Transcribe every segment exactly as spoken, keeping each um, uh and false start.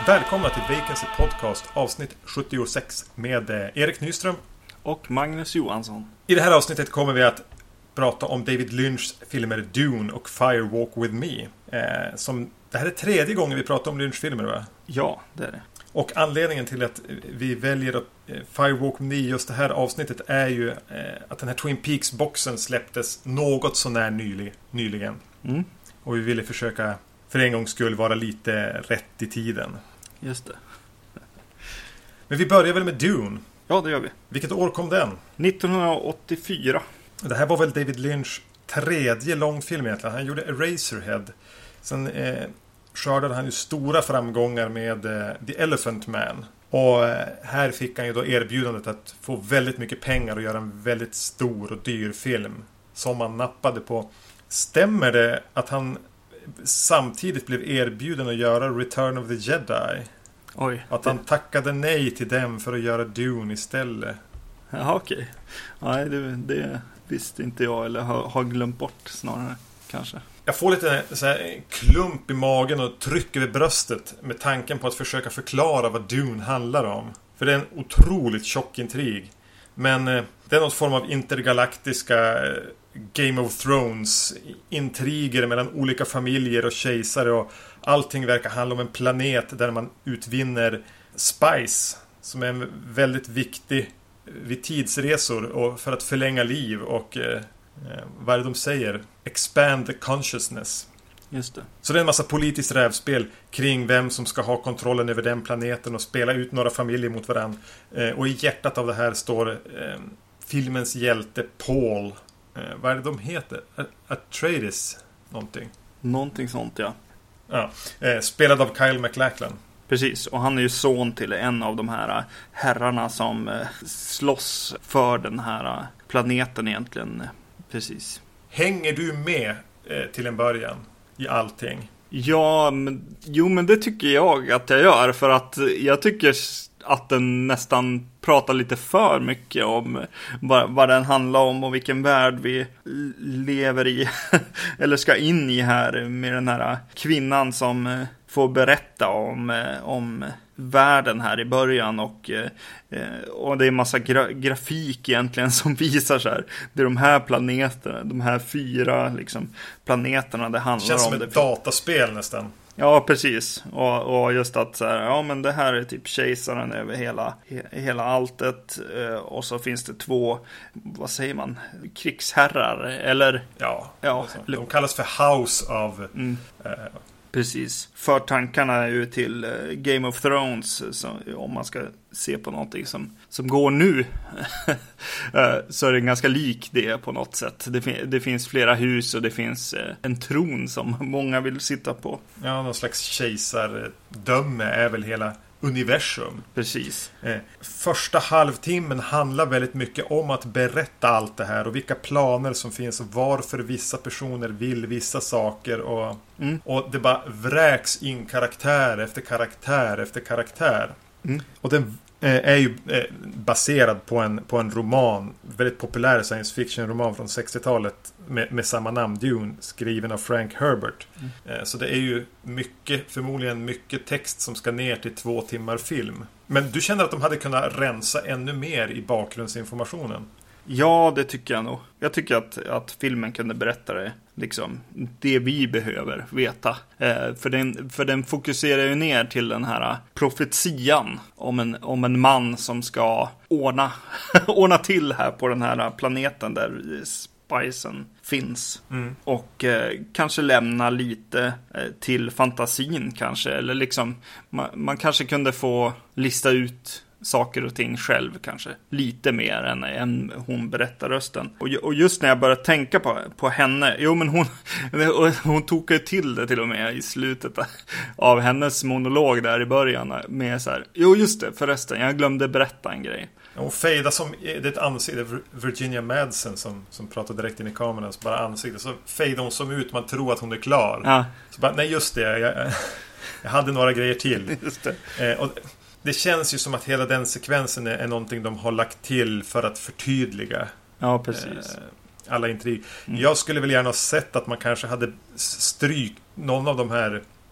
Välkomna till Vacancy Podcast avsnitt sjuttiosex med Erik Nyström och Magnus Johansson. I det här avsnittet kommer vi att prata om David Lynchs filmer Dune och Fire Walk With Me. Eh, som, det här är tredje gången vi pratar om Lynch-filmer, va? Ja, det är det. Och anledningen till att vi väljer att eh, Fire Walk With Me just det här avsnittet är ju eh, att den här Twin Peaks-boxen släpptes något så när nylig, nyligen. Mm. Och vi ville försöka för en gångs skull vara lite rätt i tiden. Just det. Men vi börjar väl med Dune. Ja, det gör vi. Vilket år kom den? nittonhundraåttiofyra. Det här var väl David Lynch tredje långfilm egentligen. Han gjorde Eraserhead. Sen eh, skördade han ju stora framgångar med eh, The Elephant Man. Och eh, här fick han ju då erbjudandet att få väldigt mycket pengar och göra en väldigt stor och dyr film. Som han nappade på. Stämmer det att han samtidigt blev erbjuden att göra Return of the Jedi? Oj. Att han tackade nej till dem för att göra Dune istället. Ja, okej. Nej, det, det visste inte jag, eller har, har glömt bort snarare, kanske. Jag får lite så här klump i magen och tryck över bröstet med tanken på att försöka förklara vad Dune handlar om. För det är en otroligt tjock intrig. Men eh, det är något form av intergalaktiska eh, Game of Thrones intriger mellan olika familjer och kejsare, och allting verkar handla om en planet där man utvinner spice som är en väldigt viktig vid tidsresor och för att förlänga liv och eh, vad är det de säger? Expand the consciousness. Just det. Så det är en massa politiskt rävspel kring vem som ska ha kontrollen över den planeten och spela ut några familjer mot varandra. Eh, och i hjärtat av det här står eh, filmens hjälte Paul. Eh, vad är det de heter? Atreides någonting. Någonting sånt, ja. Ja, eh, spelad av Kyle MacLachlan. Precis, och han är ju son till en av de här herrarna som eh, slåss för den här planeten egentligen. Precis. Hänger du med eh, till en början i allting? Ja, men, jo men det tycker jag att jag gör, för att jag tycker att den nästan pratar lite för mycket om vad, vad den handlar om och vilken värld vi lever i eller ska in i här, med den här kvinnan som får berätta om, om världen här i början, och, och det är en massa gra- grafik egentligen som visar så här, det är de här planeterna, de här fyra liksom, planeterna det handlar om. Känns som om ett det dataspel nästan. Ja, precis. Och, och just att så här, ja men det här är typ kejsaren över hela, he, hela alltet. Eh, och så finns det två, vad säger man, krigsherrar, eller? Ja, ja de kallas för House of... Mm. Eh, Precis. För tankarna är ju till uh, Game of Thrones, så, om man ska se på någonting som, som går nu uh, så är det ganska lik det på något sätt. Det, fin- det finns flera hus och det finns uh, en tron som många vill sitta på. Ja, någon slags kejsardöme är väl hela universum. Precis. Eh, första halvtimmen handlar väldigt mycket om att berätta allt det här och vilka planer som finns och varför vissa personer vill vissa saker, och, mm. och det bara vräks in karaktär efter karaktär efter karaktär. Mm. Och den eh, är ju eh, baserad på en, på en roman, väldigt populär science fiction roman från sextiotalet med, med samma namn, Dune, skriven av Frank Herbert. Mm. Eh, så det är ju mycket, förmodligen mycket text som ska ner till två timmar film. Men du känner att de hade kunnat rensa ännu mer i bakgrundsinformationen? Ja, det tycker jag nog. Jag tycker att, att filmen kunde berätta det, liksom, det vi behöver veta. Eh, för, den, för den fokuserar ju ner till den här profetian om en, om en man som ska ordna, ordna till här på den här planeten där spicen finns. Mm. Och eh, kanske lämna lite eh, till fantasin kanske. Eller liksom, man, man kanske kunde få lista ut saker och ting själv kanske. Lite mer än, än hon berättar rösten. Och, och just när jag började tänka på, på henne. Jo, men hon, hon tog ju till det till och med i slutet av hennes monolog där i början. Med så här, jo just det, förresten, jag glömde berätta en grej. Hon fejdar som, det är ett ansikte, Virginia Madsen som, som pratar direkt in i kameran, så bara ansikte, så fejdar hon som ut, man tror att hon är klar. Ja. Så bara, nej just det, jag, jag hade några grejer till. Just det. Eh, och det känns ju som att hela den sekvensen är, är någonting de har lagt till för att förtydliga. Ja, precis. Eh, alla intrig. Mm. Jag skulle väl gärna ha sett att man kanske hade stryk någon av de här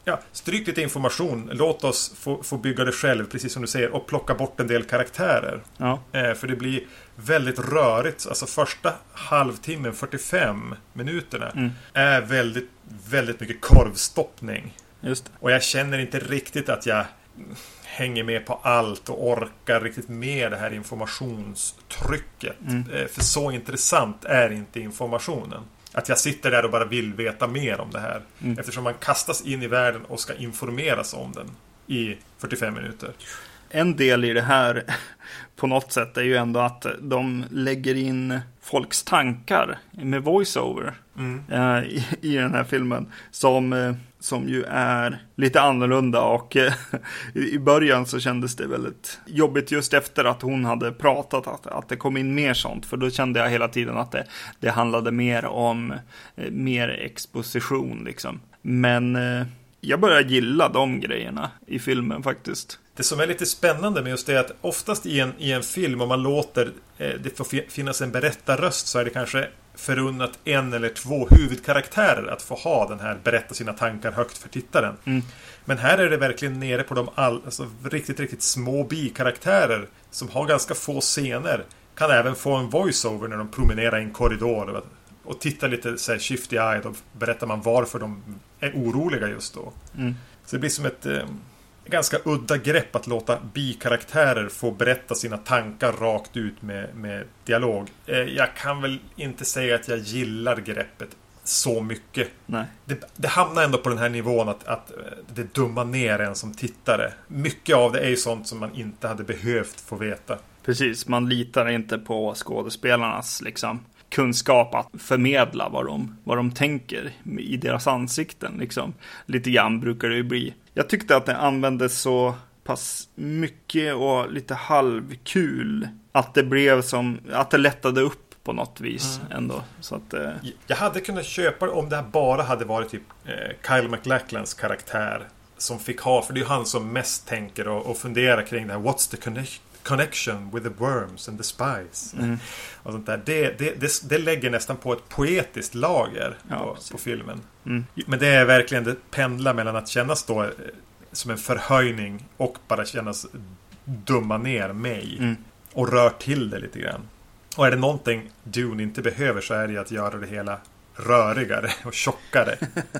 ja, stryk lite information. Låt oss få, få bygga det själv, precis som du säger. Och plocka bort en del karaktärer. Ja. Eh, för det blir väldigt rörigt. Alltså första halvtimmen, fyrtiofem minuterna Mm. är väldigt, väldigt mycket korvstoppning. Just det. Och jag känner inte riktigt att jag hänger med på allt och orkar riktigt med det här informationstrycket. Mm. Eh, för så intressant är inte informationen. Att jag sitter där och bara vill veta mer om det här. Mm. Eftersom man kastas in i världen och ska informeras om den i fyrtiofem minuter. En del i det här på något sätt är ju ändå att de lägger in folks tankar med voiceover Mm. eh, i, i den här filmen. Som, eh, som ju är lite annorlunda och eh, i början så kändes det väldigt jobbigt just efter att hon hade pratat att, att det kom in mer sånt. För då kände jag hela tiden att det, det handlade mer om eh, mer exposition liksom. Men eh, jag börjar gilla de grejerna i filmen faktiskt. Det som är lite spännande med just det är att oftast i en, i en film, om man låter eh, det får finnas en berättarröst, så är det kanske förunnat en eller två huvudkaraktärer att få ha den här berätta sina tankar högt för tittaren. Mm. Men här är det verkligen nere på de all, alltså riktigt, riktigt små bikaraktärer som har ganska få scener. Kan även få en voiceover när de promenerar i en korridor och tittar lite så här shifty-eyed, och berättar man varför de är oroliga just då. Mm. Så det blir som ett eh, ganska udda grepp att låta bikaraktärer få berätta sina tankar rakt ut med, med dialog. Eh, jag kan väl inte säga att jag gillar greppet så mycket. Nej. Det, det hamnar ändå på den här nivån att, att det dummar ner en som tittare. Mycket av det är ju sånt som man inte hade behövt få veta. Precis, man litar inte på skådespelarnas liksom kunskap att förmedla vad de, vad de tänker i deras ansikten liksom. Lite grann brukar det ju bli. Jag tyckte att det användes så pass mycket och lite halvkul att det blev som att det lättade upp på något vis mm. ändå. Så att, eh... Jag hade kunnat köpa det om det här bara hade varit typ eh, Kyle MacLachlan's karaktär som fick ha, för det är ju han som mest tänker och, och funderar kring det här. What's the connection? Connection with the worms and the spies. Mm. Och sånt där. Det, det, det, det lägger nästan på ett poetiskt lager ja, på, på filmen. Mm. Men det är verkligen det pendlar mellan att kännas då som en förhöjning och bara kännas dumma ner mig. Mm. Och rör till det lite grann. Och är det någonting Dune inte behöver, så är det att göra det hela rörigare och tjockare.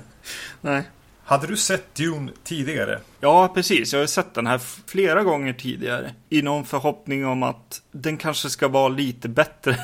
Nej. Hade du sett Dune tidigare? Ja, precis. Jag har sett den här flera gånger tidigare. I någon förhoppning om att den kanske ska vara lite bättre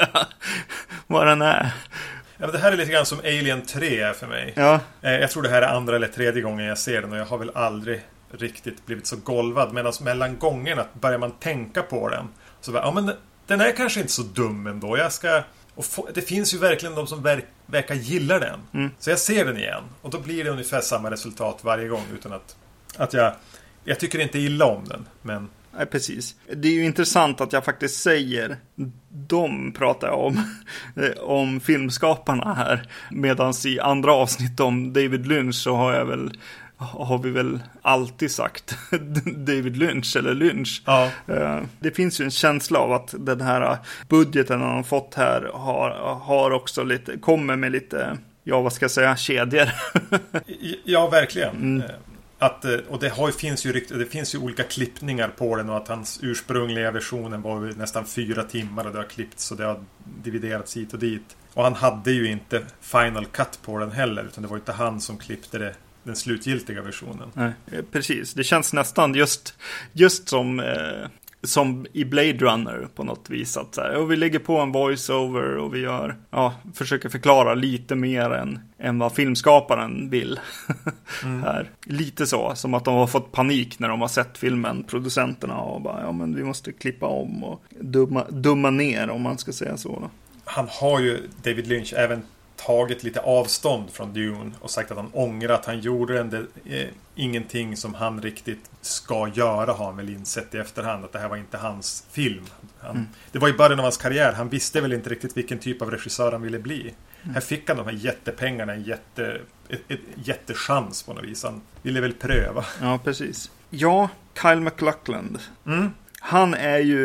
vad den är. Ja, men det här är lite grann som Alien tre är för mig. Ja. Jag tror det här är andra eller tredje gången jag ser den, och jag har väl aldrig riktigt blivit så golvad. Medan mellan gångerna börjar man tänka på den. Så bara, ja men den är kanske inte så dum ändå. Jag ska... Och få, det finns ju verkligen de som verk, verkar gilla den. Mm. Så jag ser den igen. Och då blir det ungefär samma resultat varje gång. Utan att, att jag... Jag tycker inte illa om den. Men... Nej, precis. Det är ju intressant att jag faktiskt säger... De pratar jag om. Om filmskaparna här. Medan i andra avsnitt om David Lynch så har jag väl... har vi väl alltid sagt David Lynch eller Lynch. Ja. Det finns ju en känsla av att den här budgeten han har fått här har, har också lite, kommer med lite, ja vad ska jag säga, kedjor. Ja, verkligen. Mm. Att, och det har, finns ju det finns ju olika klippningar på den, och att hans ursprungliga versionen var nästan fyra timmar och det har klippts så det har dividerats hit och dit. Och han hade ju inte final cut på den heller, utan det var inte han som klippte det, den slutgiltiga versionen. Nej, precis. Det känns nästan just, just som, eh, som i Blade Runner på något vis. Att så här, och vi lägger på en voiceover och vi gör, ja, försöker förklara lite mer än, än vad filmskaparen vill. Mm. Här. Lite så, som att de har fått panik när de har sett filmen, producenterna, och bara, ja men vi måste klippa om och dumma, dumma ner, om man ska säga så då. Han har ju, David Lynch, även tagit lite avstånd från Dune och sagt att han ångrar att han gjorde den. Det är ingenting som han riktigt ska göra, har han väl insett i efterhand, att det här var inte hans film. Han, mm. Det var i början av hans karriär. Han visste väl inte riktigt vilken typ av regissör han ville bli. Mm. Här fick han de här jättepengarna, en jätte, ett, ett jättechans på något vis. Han ville väl pröva. Ja, precis. Ja, Kyle MacLachlan. Mm. Han är ju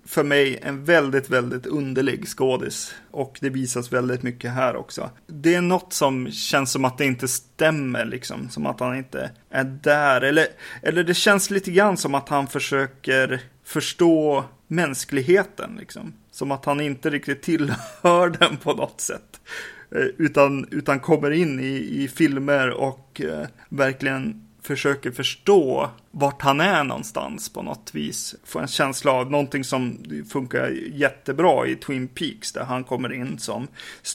för mig en väldigt, väldigt underlig skådis. Och det visas väldigt mycket här också. Det är något som känns som att det inte stämmer liksom. Som att han inte är där. Eller, eller det känns lite grann som att han försöker förstå mänskligheten liksom. Som att han inte riktigt tillhör den på något sätt. Utan, utan kommer in i, i filmer och eh, verkligen försöker förstå vart han är någonstans på något vis. Få en känsla av någonting som funkar jättebra i Twin Peaks, där han kommer in som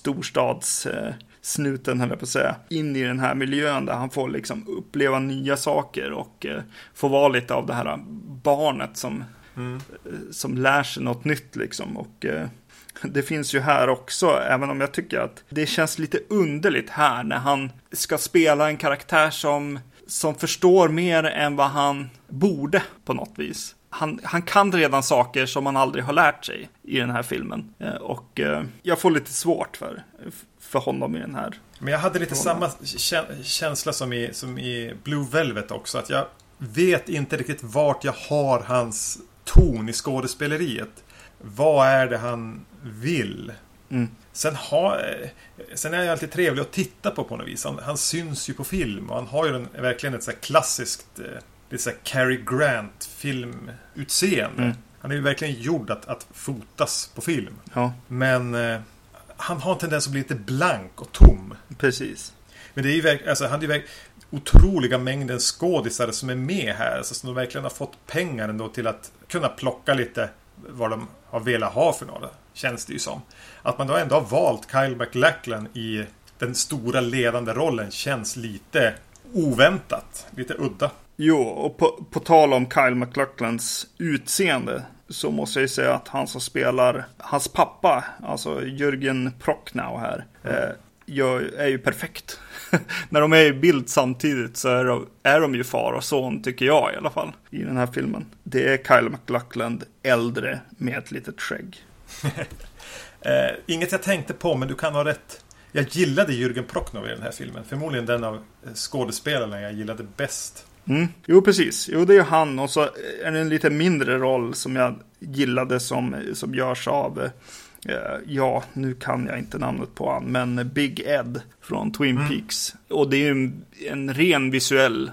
storstadssnuten, höll jag på att säga, in i den här miljön där han får liksom uppleva nya saker och eh, få vara lite av det här barnet som, mm. som lär sig något nytt liksom. Och eh, det finns ju här också, även om jag tycker att det känns lite underligt här när han ska spela en karaktär som som förstår mer än vad han borde på något vis. Han, han kan redan saker som han aldrig har lärt sig i den här filmen. Eh, och eh, jag får lite svårt för, för honom i den här. Men jag hade lite samma kä- känsla som i, som i Blue Velvet också. Att jag vet inte riktigt vart jag har hans ton i skådespeleriet. Vad är det han vill? Mm. Sen, har, sen är han alltid trevlig att titta på på något vis. Han, han syns ju på film och han har ju en, verkligen ett så här klassiskt lite så här Cary Grant filmutseende. Mm. Han är ju verkligen gjord att, att fotas på film. Ja. Men eh, han har en tendens att bli lite blank och tom. Precis. Men det är ju alltså, han är ju verkligen otroliga mängden skådisar som är med här. Alltså, som de verkligen har fått pengar ändå till att kunna plocka lite vad de har velat ha för några, känns det ju som. Att man då ändå har valt Kyle MacLachlan i den stora ledande rollen känns lite oväntat, lite udda. Jo, och på, på tal om Kyle MacLachlans utseende så måste jag ju säga att han som spelar hans pappa, alltså Jürgen Prochnow här, mm. eh, gör, är ju perfekt. När de är i bild samtidigt så är de, är de ju far och son, tycker jag i alla fall, i den här filmen. Det är Kyle MacLachlan äldre med ett litet skägg. eh, inget jag tänkte på, men du kan ha rätt. Jag gillade Jürgen Prochnow i den här filmen. Förmodligen den av skådespelarna jag gillade bäst. Mm. Jo, precis. Jo, det är han. Och så är det en lite mindre roll som jag gillade som, som görs av... Ja, nu kan jag inte namnet på han, men Big Ed från Twin mm. Peaks. Och det är ju en, en ren visuell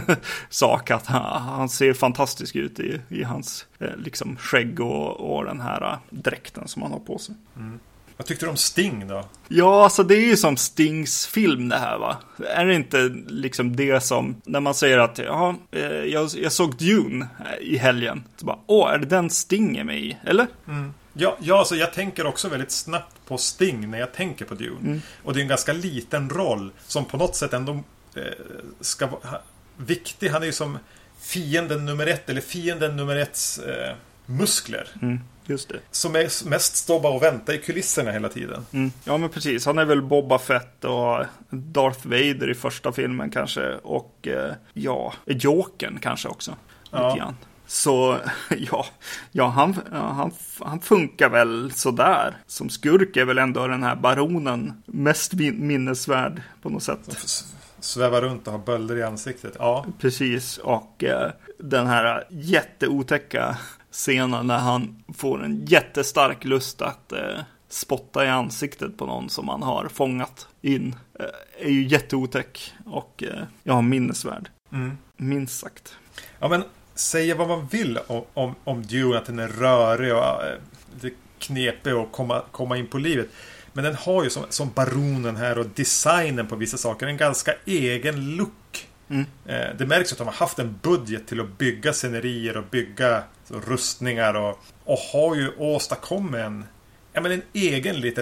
sak att han, han ser fantastisk ut i, i hans liksom skägg och, och den här dräkten som han har på sig. Mm. Vad tyckte du om Sting då? Ja, alltså det är ju som Stings film det här, va? Är det inte liksom det som, när man säger att ja, jag, jag såg Dune i helgen, så bara, åh, är det den Sting är med i, eller? Mm. Ja, ja alltså jag tänker också väldigt snabbt på Sting när jag tänker på Dune. Mm. Och det är en ganska liten roll som på något sätt ändå eh, ska vara viktig. Han är ju som fienden nummer ett, eller fienden nummer etts eh, muskler. Mm. Just det. Som är mest står bara och väntar i kulisserna hela tiden. Mm. Ja, men precis. Han är väl Boba Fett och Darth Vader i första filmen kanske. Och eh, ja, Jokern kanske också. Ja. Lite grann. Så ja, ja, han, ja han, han funkar väl sådär. Som skurk är väl ändå den här baronen mest minnesvärd på något sätt. Svävar runt och har bölder i ansiktet. Ja. Precis, och eh, den här jätteotäcka scenen när han får en jättestark lust att eh, spotta i ansiktet på någon som han har fångat in eh, är ju jätteotäck och eh, ja, minnesvärd. Mm. Minst sagt. Ja, men säga vad man vill om, om, om Dune, att den är rörig och äh, det knepig att komma, komma in på livet. Men den har ju som, som baronen här och designen på vissa saker en ganska egen look. Mm. Eh, det märks att de har haft en budget till att bygga scenerier och bygga så, rustningar och, och har ju åstadkommit en, ja, men en egen lite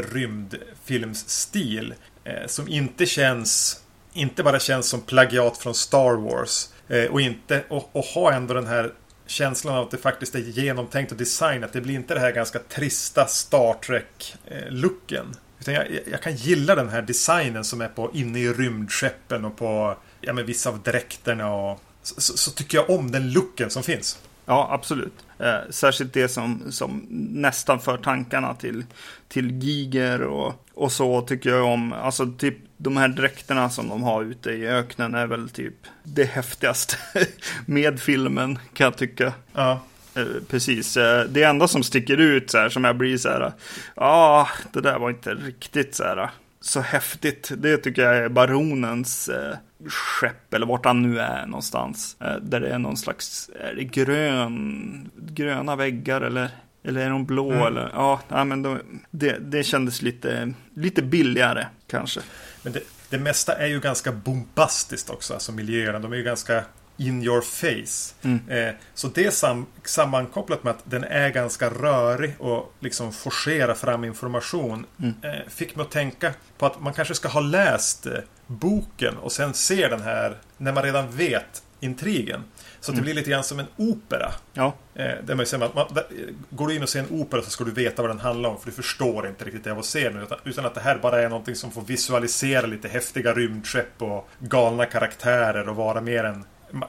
rymdfilmsstil eh, som inte känns, inte bara känns som plagiat från Star Wars. Och, inte, och, och ha ändå den här känslan av att det faktiskt är genomtänkt och designat. Det blir inte det här ganska trista Star Trek-looken. Utan jag, jag kan gilla den här designen som är på inne i rymdskeppen och på ja, men vissa av dräkterna. Och, så, så, så tycker jag om den looken som finns. Ja, absolut. Eh, särskilt det som, som nästan för tankarna till, till Giger och, och så tycker jag om. Alltså typ de här dräkterna som de har ute i öknen är väl typ det häftigaste med filmen, kan jag tycka. Ja, Eh, precis. Eh, det enda som sticker ut så här, som jag blir så här, ja, ah, det där var inte riktigt så här så häftigt. Det tycker jag är baronens eh, skepp, eller vart han nu är någonstans. Eh, där det är någon slags, är det grön, gröna väggar eller, eller är de blå? Mm. Eller, ja, nej, men de, det, det kändes lite, lite billigare kanske. Men det, det mesta är ju ganska bombastiskt också, alltså miljöerna. De är ju ganska in your face. Mm. Eh, så det sam- sammankopplat med att den är ganska rörig och liksom forcerar fram information mm. eh, fick mig att tänka på att man kanske ska ha läst eh, boken och sen se den här när man redan vet intrigen. Så att det mm. blir lite grann som en opera. Ja. Eh, där man säger att man, där, går du in och ser en opera så ska du veta vad den handlar om, för du förstår inte riktigt det jag ser nu, utan, utan att det här bara är någonting som får visualisera lite häftiga rymdskepp och galna karaktärer och vara mer än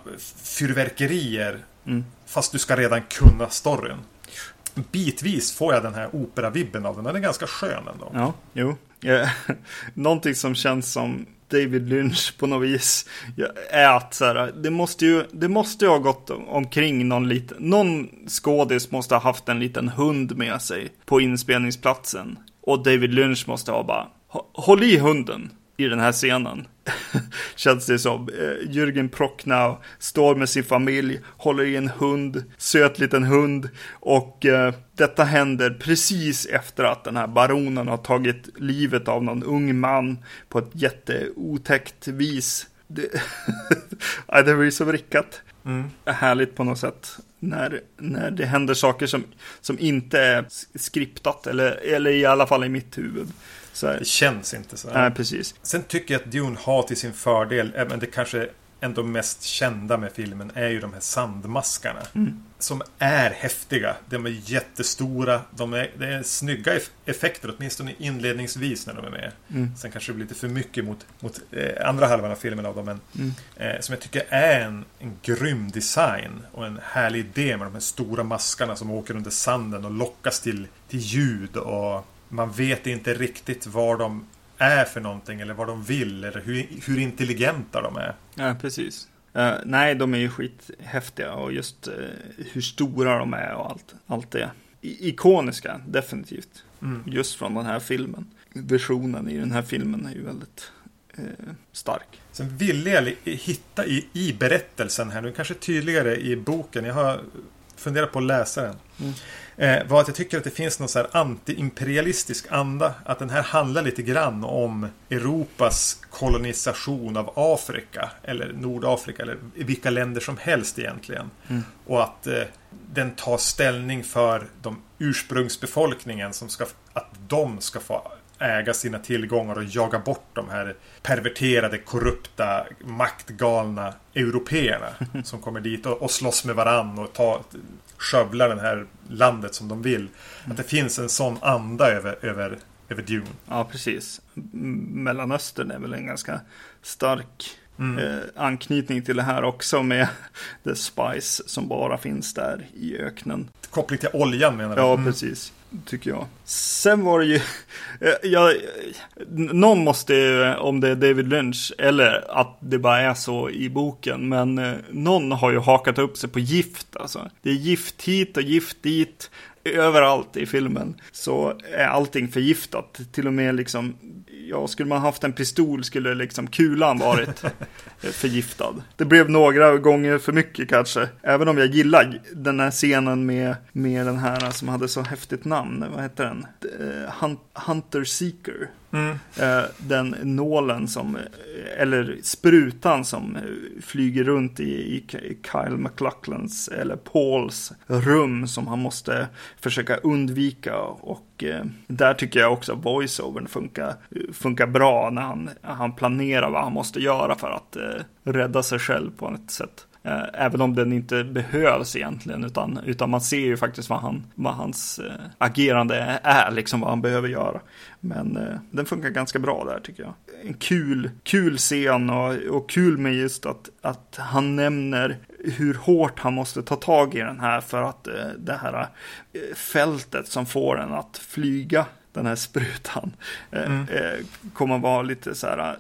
fyrverkerier mm. fast du ska redan kunna storyn. Bitvis får jag den här opera-vibben av den. Den är ganska skön ändå. Ja, jo. Ja. Någonting som känns som David Lynch på något vis är att så här, det måste ju det måste ju ha gått omkring någon liten, någon skådis måste ha haft en liten hund med sig på inspelningsplatsen, och David Lynch måste ha bara håll i hunden i den här scenen. Känns det som. eh, Jürgen Prochnow står med sin familj, håller i en hund, söt liten hund, och eh, detta händer precis efter att den här baronen har tagit livet av någon ung man på ett jätteotäckt vis. Det, ja, det blir så vrickat. Mm. Härligt på något sätt när, när det händer saker som, som inte är skriptat, eller, eller i alla fall i mitt huvud. Så det känns inte så. Nej, precis. Sen tycker jag att Dune har till sin fördel, även det kanske ändå mest kända med filmen, är ju de här sandmaskarna. Mm. Som är häftiga. De är jättestora. De är, det är snygga effekter, åtminstone inledningsvis när de är med. Mm. Sen kanske det blir lite för mycket mot, mot eh, andra halvan av filmen av dem. Men mm. eh, som jag tycker är en, en grym design och en härlig idé med de här stora maskarna som åker under sanden och lockas till, till ljud, och man vet inte riktigt vad de är för någonting eller vad de vill eller hur, hur intelligenta de är. Ja, precis. Uh, nej, de är ju skithäftiga, och just uh, hur stora de är och allt, allt det. I- ikoniska, definitivt. Mm. Just från den här filmen. Versionen i den här filmen är ju väldigt uh, stark. Sen ville jag hitta i, i berättelsen här nu, kanske tydligare i boken. Jag har funderat på att läsa den. Mm. Eh, var att jag tycker att det finns någon så här anti-imperialistisk anda. Att den här handlar lite grann om Europas kolonisation av Afrika. Eller Nordafrika. Eller vilka länder som helst egentligen. Mm. Och att eh, den tar ställning för de ursprungsbefolkningen. Som ska, att de ska få äga sina tillgångar och jaga bort de här perverterade, korrupta, maktgalna européerna som kommer dit och, och slåss med varann och ta, skövlar det här landet som de vill. Mm. Att det finns en sån anda över, över, över Dune. Ja, precis. Mellanöstern är väl en ganska stark mm. eh, anknytning till det här också, med The Spice som bara finns där i öknen. Koppling till oljan menar du? Ja, mm. precis. Tycker jag. Sen var det ju jag, någon måste, om det är David Lynch eller att det bara är så i boken, men eh, någon har ju hakat upp sig på gift alltså. Det är gift hit och gift dit. Överallt i filmen så är allting förgiftat. Till och med liksom, ja, skulle man haft en pistol skulle liksom kulan varit förgiftad. Det blev några gånger för mycket kanske. Även om jag gillar den här scenen med, med den här som hade så häftigt namn. Vad heter den? Uh, Hunter Seeker. Mm. Uh, den nålen som, eller sprutan som flyger runt i, i Kyle MacLachlans eller Pauls rum som han måste försöka undvika, och eh, där tycker jag också voiceovern funkar, funkar bra när han, han planerar vad han måste göra för att eh, rädda sig själv på ett sätt. Eh, även om den inte behövs egentligen, utan, utan man ser ju faktiskt vad, han, vad hans eh, agerande är, liksom vad han behöver göra. Men eh, den funkar ganska bra där tycker jag. En kul, kul scen och, och kul med just att, att han nämner hur hårt han måste ta tag i den här för att eh, det här eh, fältet som får den att flyga, den här sprutan, eh, mm. eh, kommer vara lite så här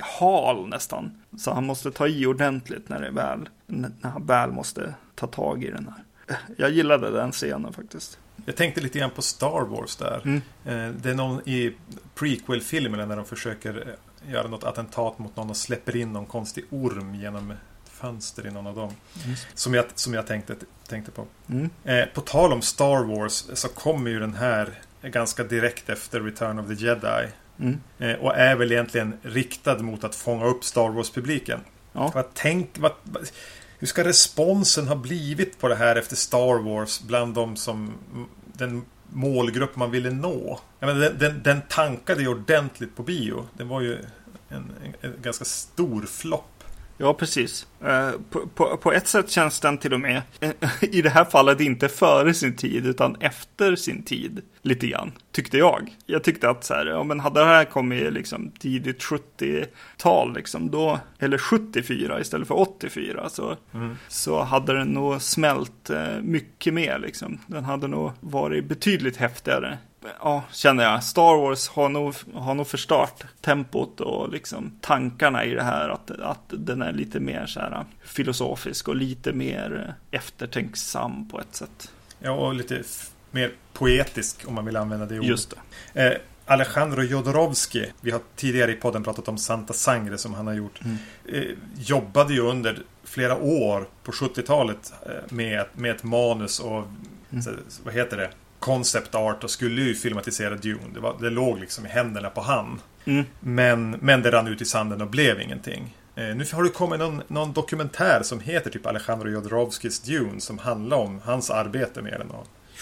hal nästan. Så han måste ta i ordentligt när det väl, när han väl måste ta tag i den här. jag gillade den scenen faktiskt. Jag tänkte lite grann på Star Wars där. Mm. Det är någon i prequel-filmerna när de försöker göra något attentat mot någon och släpper in någon konstig orm genom ett fönster i någon av dem. Mm. Som jag, som jag tänkte, tänkte på. Mm. Eh, på tal om Star Wars så kommer ju den här ganska direkt efter Return of the Jedi. Mm. Eh, och är väl egentligen riktad mot att fånga upp Star Wars-publiken. Ja. Vad tänk, vad, hur ska responsen ha blivit på det här efter Star Wars bland de som den målgrupp man ville nå? Jag menar, den, den, den tankade ju ordentligt på bio. Den var ju en, en, en ganska stor flopp. Ja, precis. Eh, på, på, på ett sätt känns den till och med eh, i det här fallet inte före sin tid utan efter sin tid lite grann, tyckte jag. Jag tyckte att så här, ja, men hade det här kommit liksom tidigt sjuttiotal liksom, då, eller sjuttiofyra istället för åttiofyra så, mm. så hade den nog smält eh, mycket mer liksom. Den hade nog varit betydligt häftigare. Ja, känner jag. Star Wars har nog, har nog förstört tempot och liksom tankarna i det här. Att, att den är lite mer så här filosofisk och lite mer eftertänksam på ett sätt. Ja, och lite f- mer poetisk om man vill använda det ordet. Just det. Eh, Alejandro Jodorowsky, vi har tidigare i podden pratat om Santa Sangre som han har gjort. Mm. Eh, jobbade ju under flera år på sjuttiotalet eh, med, med ett manus och mm. så, vad heter det? Concept art och skulle ju filmatisera Dune. Det, var, det låg liksom i händerna på han. Mm. Men, men det rann ut i sanden och blev ingenting. Eh, nu har det kommit någon, någon dokumentär som heter typ Alejandro Jodorowskys Dune som handlar om hans arbete med den.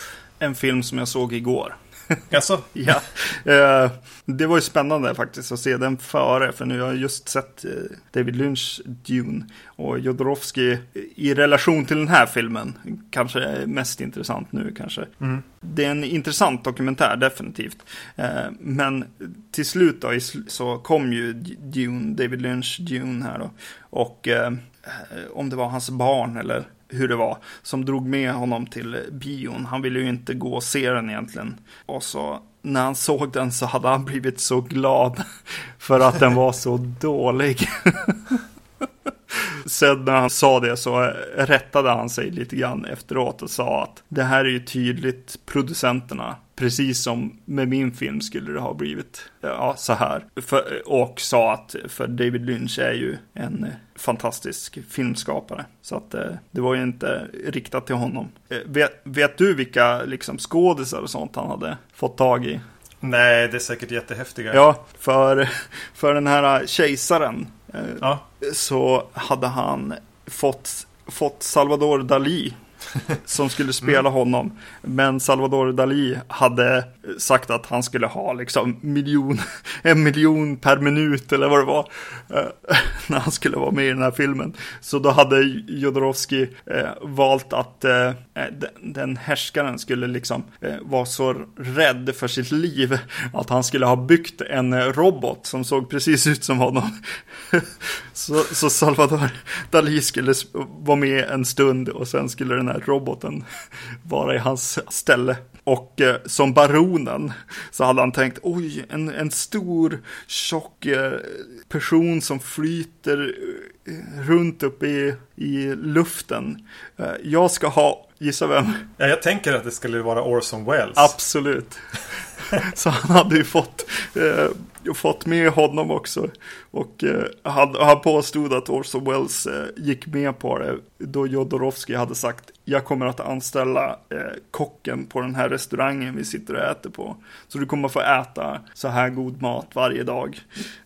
En film som jag såg igår. Alltså? Ja, eh, det var ju spännande faktiskt att se den före, för nu har jag just sett eh, David Lynch Dune och Jodorowsky i relation till den här filmen kanske är mest intressant nu kanske. Mm. Det är en intressant dokumentär definitivt, eh, men till slut då så kom ju Dune, David Lynch Dune här då, och eh, om det var hans barn eller hur det var, som drog med honom till bion. Han ville ju inte gå och se den egentligen. Och så när han såg den så hade han blivit så glad för att den var så dålig. Sen när han sa det så rättade han sig lite grann efteråt och sa att det här är ju tydligt producenterna. Precis som med min film skulle det ha blivit ja, så här. För, och sa att för David Lynch är ju en fantastisk filmskapare. Så att eh, det var ju inte riktat till honom. Eh, vet, vet du vilka liksom, skådisar och sånt han hade fått tag i? Nej, det är säkert jättehäftiga. Ja, för, för den här kejsaren eh, ja. så hade han fått, fått Salvador Dalí som skulle spela mm. honom. Men Salvador Dalí hade sagt att han skulle ha liksom miljon, en miljon per minut eller vad det var eh, när han skulle vara med i den här filmen. Så då hade Jodorowsky eh, valt att eh, den, den härskaren skulle liksom eh, vara så rädd för sitt liv att han skulle ha byggt en robot som såg precis ut som honom. så, så Salvador Dalí skulle vara med en stund och sen skulle den här roboten vara i hans ställe. Och eh, som baronen så hade han tänkt, oj, en, en stor, tjock eh, person som flyter eh, runt upp i, i luften. Eh, jag ska ha, gissa vem? Ja, jag tänker att det skulle vara Orson Welles. Absolut. Så han hade ju fått, eh, fått med honom också. Och eh, han, han påstod att Orson Welles eh, gick med på det då Jodorowsky hade sagt, jag kommer att anställa eh, kocken på den här restaurangen vi sitter och äter på. Så du kommer få äta så här god mat varje dag.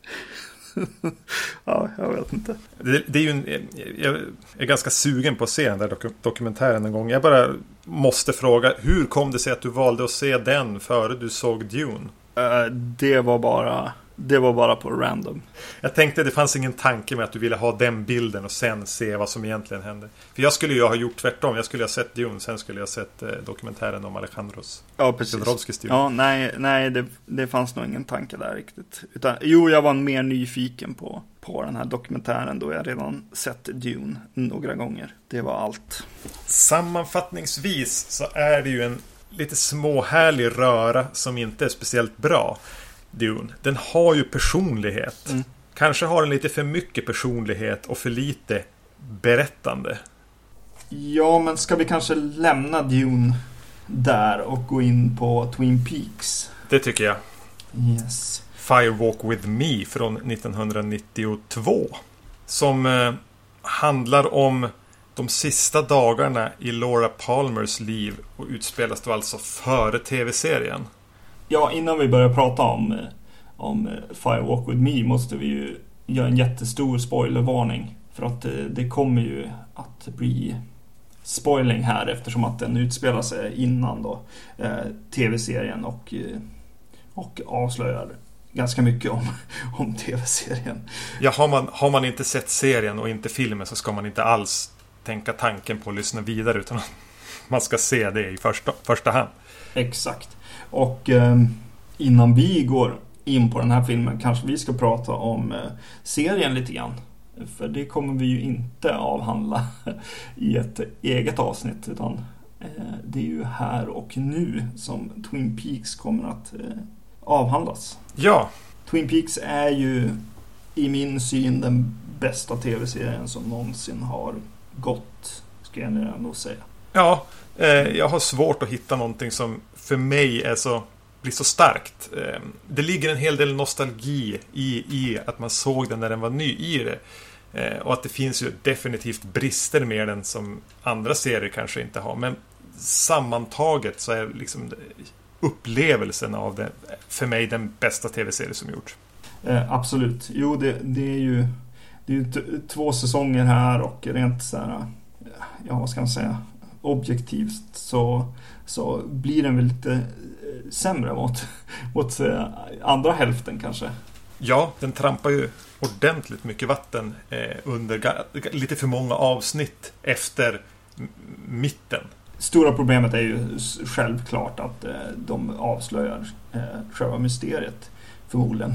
Ja, jag vet inte. Det, det är ju en, jag är ganska sugen på att se den där dok- dokumentären en gång. Jag bara måste fråga, hur kom det sig att du valde att se den före du såg Dune? Uh, det var bara det var bara på random. Jag tänkte det fanns ingen tanke med att du ville ha den bilden och sen se vad som egentligen hände. För jag skulle ju ha gjort tvärtom. Jag skulle ha sett Dune, sen skulle jag ha sett eh, dokumentären om Alejandros. Ja, precis. Ja, nej, nej det, det fanns nog ingen tanke där riktigt. Utan, jo, jag var mer nyfiken på, på den här dokumentären då jag redan sett Dune några gånger. Det var allt. Sammanfattningsvis så är det ju en lite småhärlig röra som inte är speciellt bra. Dune. Den har ju personlighet. Mm. Kanske har den lite för mycket personlighet och för lite berättande. Ja, men ska vi kanske lämna Dune där och gå in på Twin Peaks? Det tycker jag. Yes. Fire Walk With Me från nittonhundranittiotvå. Som eh, handlar om de sista dagarna i Laura Palmers liv och utspelas då alltså före tv-serien. Ja, innan vi börjar prata om, om Fire Walk With Me måste vi ju göra en jättestor spoilervarning. För att det, det kommer ju att bli spoiling här eftersom att den utspelar sig innan då eh, tv-serien och, och avslöjar ganska mycket om, om tv-serien. Ja, har man, har man inte sett serien och inte filmen så ska man inte alls tänka tanken på att lyssna vidare utan man ska se det i första, första hand. Exakt. Och eh, innan vi går in på den här filmen kanske vi ska prata om eh, serien lite grann. För det kommer vi ju inte avhandla i ett eget avsnitt utan eh, det är ju här och nu som Twin Peaks kommer att eh, avhandlas. Ja. Twin Peaks är ju i min syn den bästa tv-serien som någonsin har gått, skulle jag nog säga. Ja, eh, jag har svårt att hitta någonting som för mig är så, blir så starkt. Eh, det ligger en hel del nostalgi i, i att man såg den när den var ny i det. Eh, och att det finns ju definitivt brister med den som andra serier kanske inte har. Men sammantaget så är liksom upplevelsen av det för mig den bästa tv-serie som gjorts. Eh, absolut. Jo, det, det är ju det är ju t- två säsonger här och rent så här, ja vad ska man säga, objektivt så, så blir den väl lite sämre mot, mot andra hälften kanske. Ja, den trampar ju ordentligt mycket vatten eh, under ga- lite för många avsnitt efter m- mitten. Stora problemet är ju självklart att eh, de avslöjar eh, själva mysteriet förmodligen.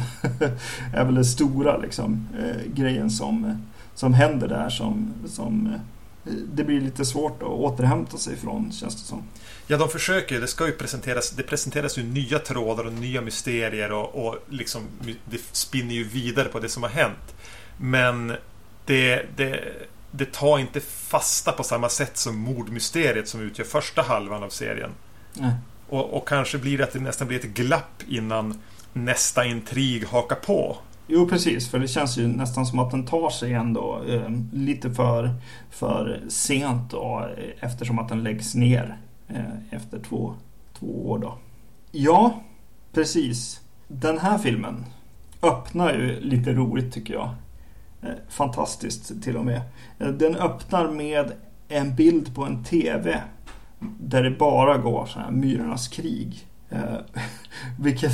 är väl det stora liksom, eh, grejen som, som händer där som, som eh, det blir lite svårt att återhämta sig från, känns det som. Ja, de försöker, det ska ju presenteras, det presenteras ju nya trådar och nya mysterier och, och liksom, det spinner ju vidare på det som har hänt. Men det, det, det tar inte fasta på samma sätt som mordmysteriet som utgör första halvan av serien. Nej. Och, och kanske blir det att det nästan blir ett glapp innan nästa intrig hakar på. Jo, precis, för det känns ju nästan som att den tar sig ändå eh, lite för, för sent då, eftersom att den läggs ner eh, efter två, två år då. Ja, precis. Den här filmen öppnar ju lite roligt tycker jag. Eh, fantastiskt till och med. Eh, den öppnar med en bild på en tv där det bara går så här myrornas krig. Eh, vilket,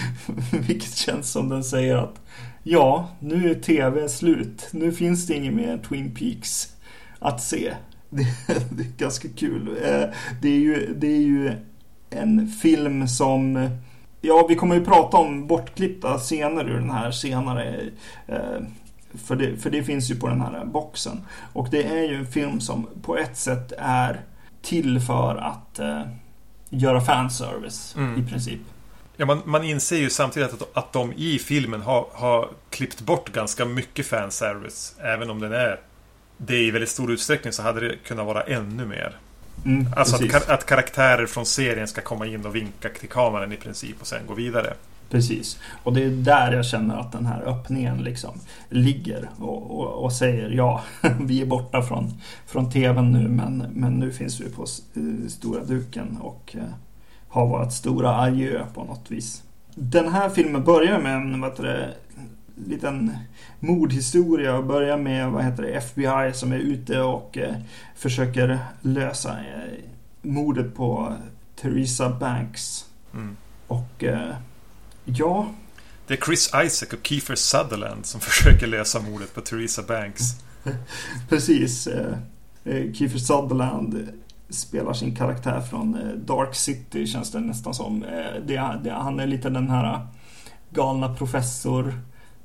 vilket känns som den säger att ja, nu är tv slut. Nu finns det inget mer Twin Peaks att se. Det, det är ganska kul. Eh, det är ju, det är ju en film som... Ja, vi kommer ju prata om bortklippta scener ur den här senare. Eh, för, det, för det finns ju på den här boxen. Och det är ju en film som på ett sätt är till för att eh, göra fanservice mm. i princip. Ja, man, man inser ju samtidigt att, att de i filmen har, har klippt bort ganska mycket fanservice. Även om den är det i väldigt stor utsträckning så hade det kunnat vara ännu mer. Mm, alltså att, att karaktärer från serien ska komma in och vinka till kameran i princip och sen gå vidare. Precis. Och det är där jag känner att den här öppningen liksom ligger och, och, och säger ja, vi är borta från, från tvn nu men, men nu finns vi på stora duken och eh, har varit stora adjö på något vis. Den här filmen börjar med en vad heter det, liten mordhistoria och börjar med vad heter det, F B I som är ute och eh, försöker lösa eh, mordet på Theresa Banks. Mm. Och eh, ja, det är Chris Isaac och Kiefer Sutherland som försöker lösa mordet på Theresa Banks. Precis. Eh, Kiefer Sutherland spelar sin karaktär från eh, Dark City, känns det nästan som. Eh, det, det, han är lite den här galna professor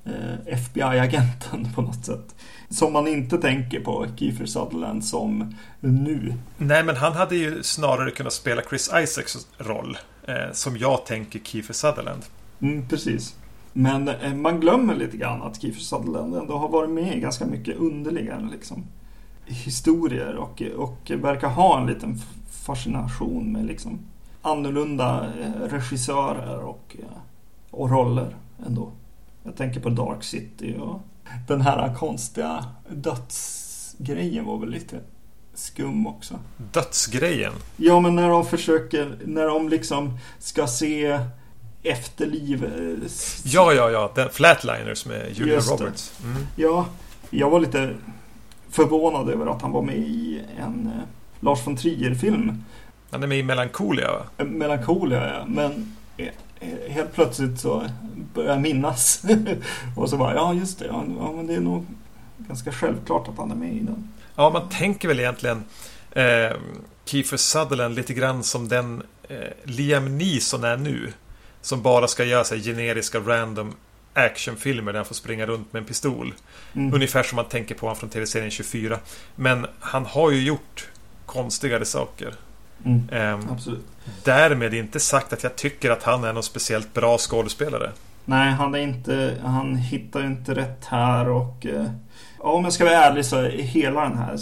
F B I-agenten på något sätt. Som man inte tänker på Kiefer Sutherland som nu. Nej, men han hade ju snarare kunnat spela Chris Isaacs roll eh, som jag tänker Kiefer Sutherland. Mm, precis. Men eh, man glömmer lite grann att Kiefer Sutherland ändå har varit med ganska mycket underligare liksom. historier och, och verkar ha en liten fascination med liksom annorlunda regissörer och, och roller ändå. Jag tänker på Dark City och den här konstiga dödsgrejen var väl lite skum också. Dödsgrejen? Ja, men när de försöker, när de liksom ska se efterliv. Ja, ja, ja. Den Flatliners med Julia Just Roberts. Mm. Ja, jag var lite förvånad över att han var med i en eh, Lars von Trier-film. Han är med i Melancholia, va? Melancholia, ja. Men eh, helt plötsligt så börjar jag minnas. Och så bara, ja just det, ja, ja, men det är nog ganska självklart att han är med i den. Ja, man tänker väl egentligen eh, Kiefer Sutherland lite grann som den eh, Liam Neeson är nu. Som bara ska göra sig generiska random actionfilmer där han får springa runt med en pistol. Mm. Ungefär som man tänker på han från tv-serien tjugofyra. Men han har ju gjort konstigare saker. Mm. Um, Absolut. Därmed inte sagt att jag tycker att han är någon speciellt bra skådespelare. Nej, han är inte, han hittar inte rätt här och eh, ja, om jag ska vara ärlig så är hela den här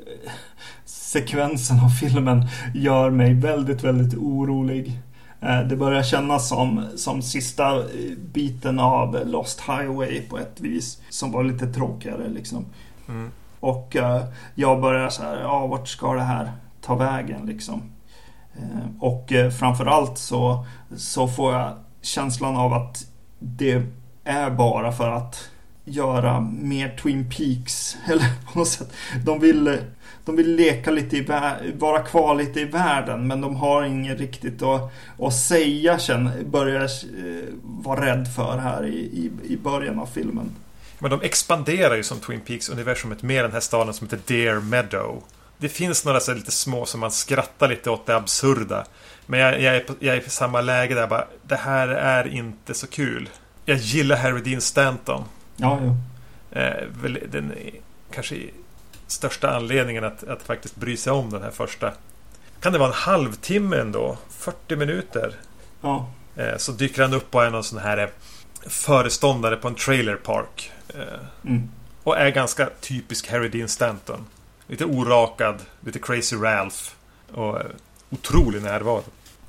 sekvensen av filmen gör mig väldigt, väldigt orolig. Det börjar kännas som, som sista biten av Lost Highway på ett vis. Som var lite tråkigare liksom. Mm. Och uh, jag börjar så här, ja vart ska det här ta vägen liksom. Uh, och uh, framförallt så, så får jag känslan av att det är bara för att göra mer Twin Peaks. Eller på något sätt. De vill... De vill leka lite i vär- vara kvar lite i världen, men de har inget riktigt att, att säga sen börjar eh, vara rädd för här i, i, i början av filmen. Men de expanderar ju som Twin Peaks-universumet med den här staden som heter Deer Meadow. Det finns några så lite små som man skrattar lite åt det absurda. Men jag, jag, är, på, jag är på samma läge där bara, det här är inte så kul. Jag gillar Harry Dean Stanton. Ja, ja. Eh, väl, den kanske största anledningen att, att faktiskt bry sig om den här första. Kan det vara en halvtimme ändå? fyrtio minuter. Ja. Eh, så dyker han upp och är någon sån här föreståndare på en trailer park. Eh, mm. Och är ganska typisk Harry Dean Stanton. Lite orakad, lite crazy Ralph. Och eh, otrolig närvaro.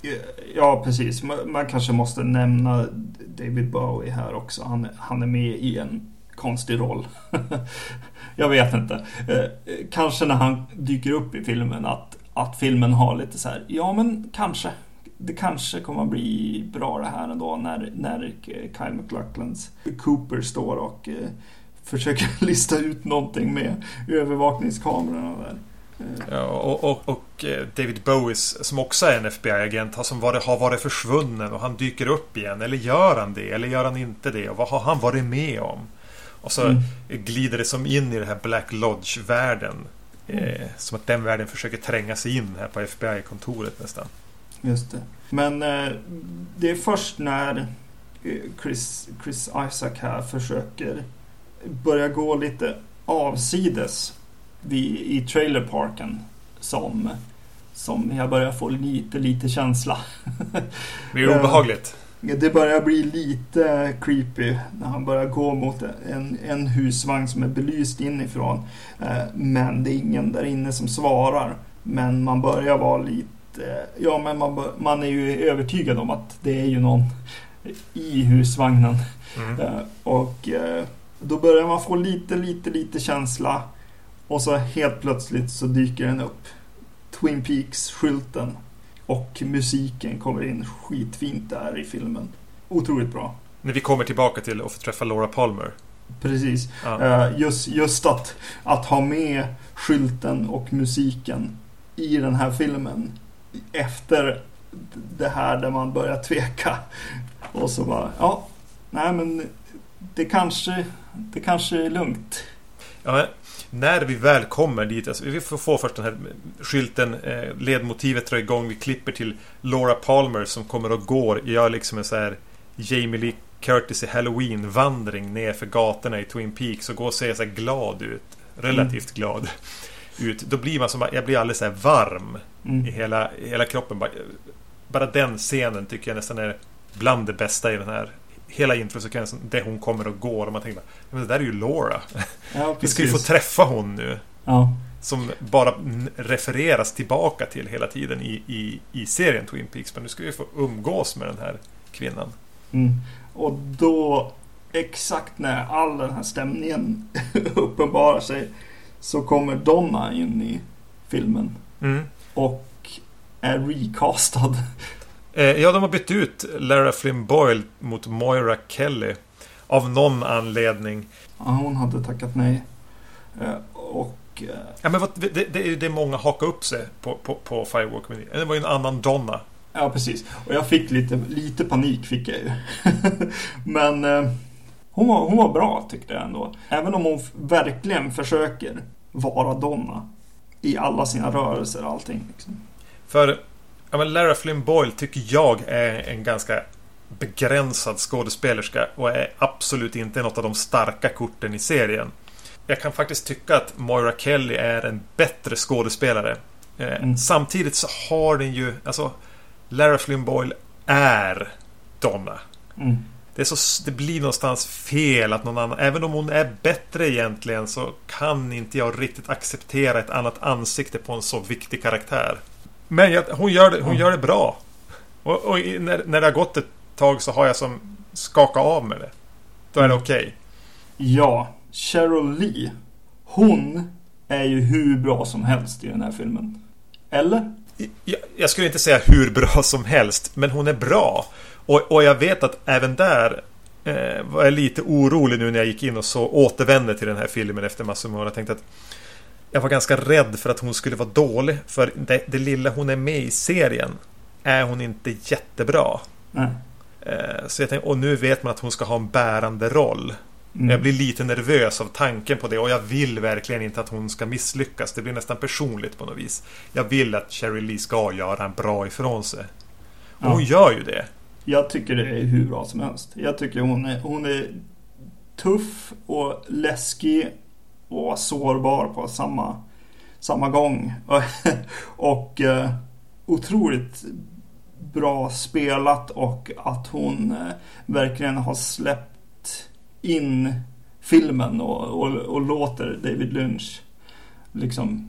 Ja, precis. Man, man kanske måste nämna David Bowie här också. Han, han är med i en konstig roll. Jag vet inte. Eh, kanske när han dyker upp i filmen att, att filmen har lite så här, ja men kanske. Det kanske kommer att bli bra det här ändå när, när Kyle MacLachlans Cooper står och eh, försöker lista ut någonting med övervakningskamerorna där. Ja, och, och, och David Bowies som också är en F B I-agent har, som varit, har varit försvunnen och han dyker upp igen. Eller gör han det? Eller gör han inte det? Och vad har han varit med om? Och så mm. glider det som in i den här Black Lodge-världen. Mm. Eh, som att den världen försöker tränga sig in här på F B I-kontoret nästan. Just det. Men eh, det är först när Chris, Chris Isaac här försöker börja gå lite avsides vid, i trailerparken som, som jag börjar få lite, lite känsla. Det är obehagligt. Det börjar bli lite creepy när han börjar gå mot en, en husvagn som är belyst inifrån. Men det är ingen där inne som svarar. Men man börjar vara lite... Ja, men man, man är ju övertygad om att det är ju någon i husvagnen. Mm. Och då börjar man få lite, lite, lite känsla. Och så helt plötsligt så dyker den upp. Twin Peaks-skylten. Och musiken kommer in skitfint där i filmen. Otroligt bra. När vi kommer tillbaka till att få träffa Laura Palmer. Precis. Ja. Uh, just, just att, att ha med skylten och musiken i den här filmen. Efter det här där man börjar tveka. Och så bara, ja, nej men det kanske, det kanske är lugnt. Ja, när vi väl kommer dit, alltså, vi får få först den här skylten, eh, ledmotivet drar igång, vi klipper till Laura Palmer som kommer och går, gör liksom en så här Jamie Lee Curtis i Halloween-vandring ner för gatorna i Twin Peaks och går och ser så här glad ut, relativt mm. glad ut. Då blir man som, jag blir alldeles så här varm mm. i hela, i hela kroppen. Bara, bara den scenen tycker jag nästan är bland det bästa i den här hela introsekvensen, där hon kommer och går och man tänker, men det där är ju Laura. Ja, vi ska ju få träffa hon nu. Ja. som bara refereras tillbaka till hela tiden i, i, i serien Twin Peaks. Men nu ska vi få umgås med den här kvinnan. Mm. Och då, exakt när all den här stämningen uppenbarar sig, så kommer Donna in i filmen. Mm. Och är recastad. Eh, ja, de har bytt ut Lara Flynn Boyle mot Moira Kelly av någon anledning. Ja, hon hade tackat nej. Eh, och... Eh... Ja, men vad, det, det är ju det många hakar upp sig på, på, på Firewalk med. Det var ju en annan Donna. Ja, precis. Och jag fick lite, lite panik fick jag ju. Men eh, hon, var, hon var bra tyckte jag ändå. Även om hon f- verkligen försöker vara Donna i alla sina rörelser och allting. Liksom. För ja, men Lara Flynn Boyle tycker jag är en ganska begränsad skådespelerska och är absolut inte något av de starka korten i serien. Jag kan faktiskt tycka att Moira Kelly är en bättre skådespelare. Eh, mm. Samtidigt så har den ju, alltså Lara Flynn Boyle är Donna. Mm. Det, är så, det blir någonstans fel att någon annan, även om hon är bättre egentligen, så kan inte jag riktigt acceptera ett annat ansikte på en så viktig karaktär. Men jag, hon, gör det, hon mm. gör det bra. Och, och när, när det har gått ett tag så har jag som skakat av med det. Då är det okej. Okay. Ja, Cheryl Lee, hon är ju hur bra som helst i den här filmen. Eller? Jag, jag skulle inte säga hur bra som helst, men hon är bra. Och, och jag vet att även där eh, var jag lite orolig nu när jag gick in och så återvände till den här filmen efter massor med år. Jag tänkte att jag var ganska rädd för att hon skulle vara dålig. För det, det lilla hon är med i serien är hon inte jättebra. Mm. Eh, så jag tänkte, och nu vet man att hon ska ha en bärande roll. Mm. Jag blir lite nervös av tanken på det. Och jag vill verkligen inte att hon ska misslyckas. Det blir nästan personligt på något vis. Jag vill att Cheryl Lee ska göra en bra ifrån sig. Och ja. Hon gör ju det. Jag tycker det är hur bra som helst. Jag tycker hon är, hon är tuff och läskig och sårbar på samma, samma gång. och eh, otroligt bra spelat, och att hon eh, verkligen har släppt in filmen och, och, och låter David Lynch liksom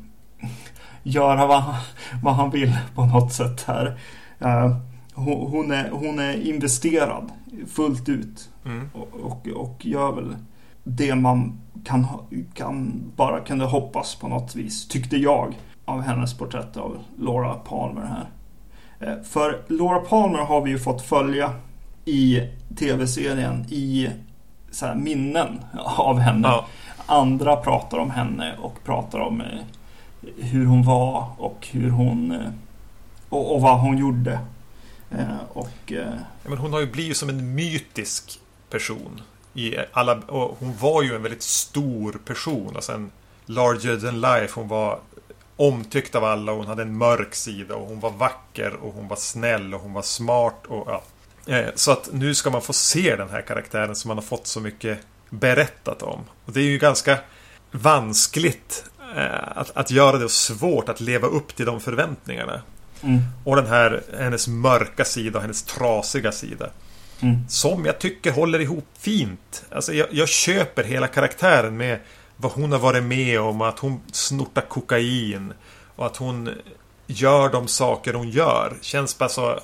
göra vad, vad han vill på något sätt här. Uh, hon, hon, är, hon är investerad fullt ut mm. och, och, och gör väl det man kan, kan bara kunde hoppas på något vis, tyckte jag, av hennes porträtt av Laura Palmer här. Uh, för Laura Palmer har vi ju fått följa i tv-serien i så här minnen av henne. Ja. Andra pratar om henne och pratar om eh, hur hon var och hur hon eh, och, och vad hon gjorde. Eh, och eh, ja, men hon har ju blivit som en mytisk person i alla, och hon var ju en väldigt stor person, alltså en larger than life. Hon var omtyckt av alla, och hon hade en mörk sida, och hon var vacker, och hon var snäll, och hon var smart, och ja. Så att nu ska man få se den här karaktären som man har fått så mycket berättat om. Och det är ju ganska vanskligt eh, att, att göra det, svårt att leva upp till de förväntningarna. Mm. Och den här, hennes mörka sida och hennes trasiga sida. Mm. Som jag tycker håller ihop fint. Alltså jag, jag köper hela karaktären med vad hon har varit med om. Att hon snortar kokain. Och att hon gör de saker hon gör. Känns bara så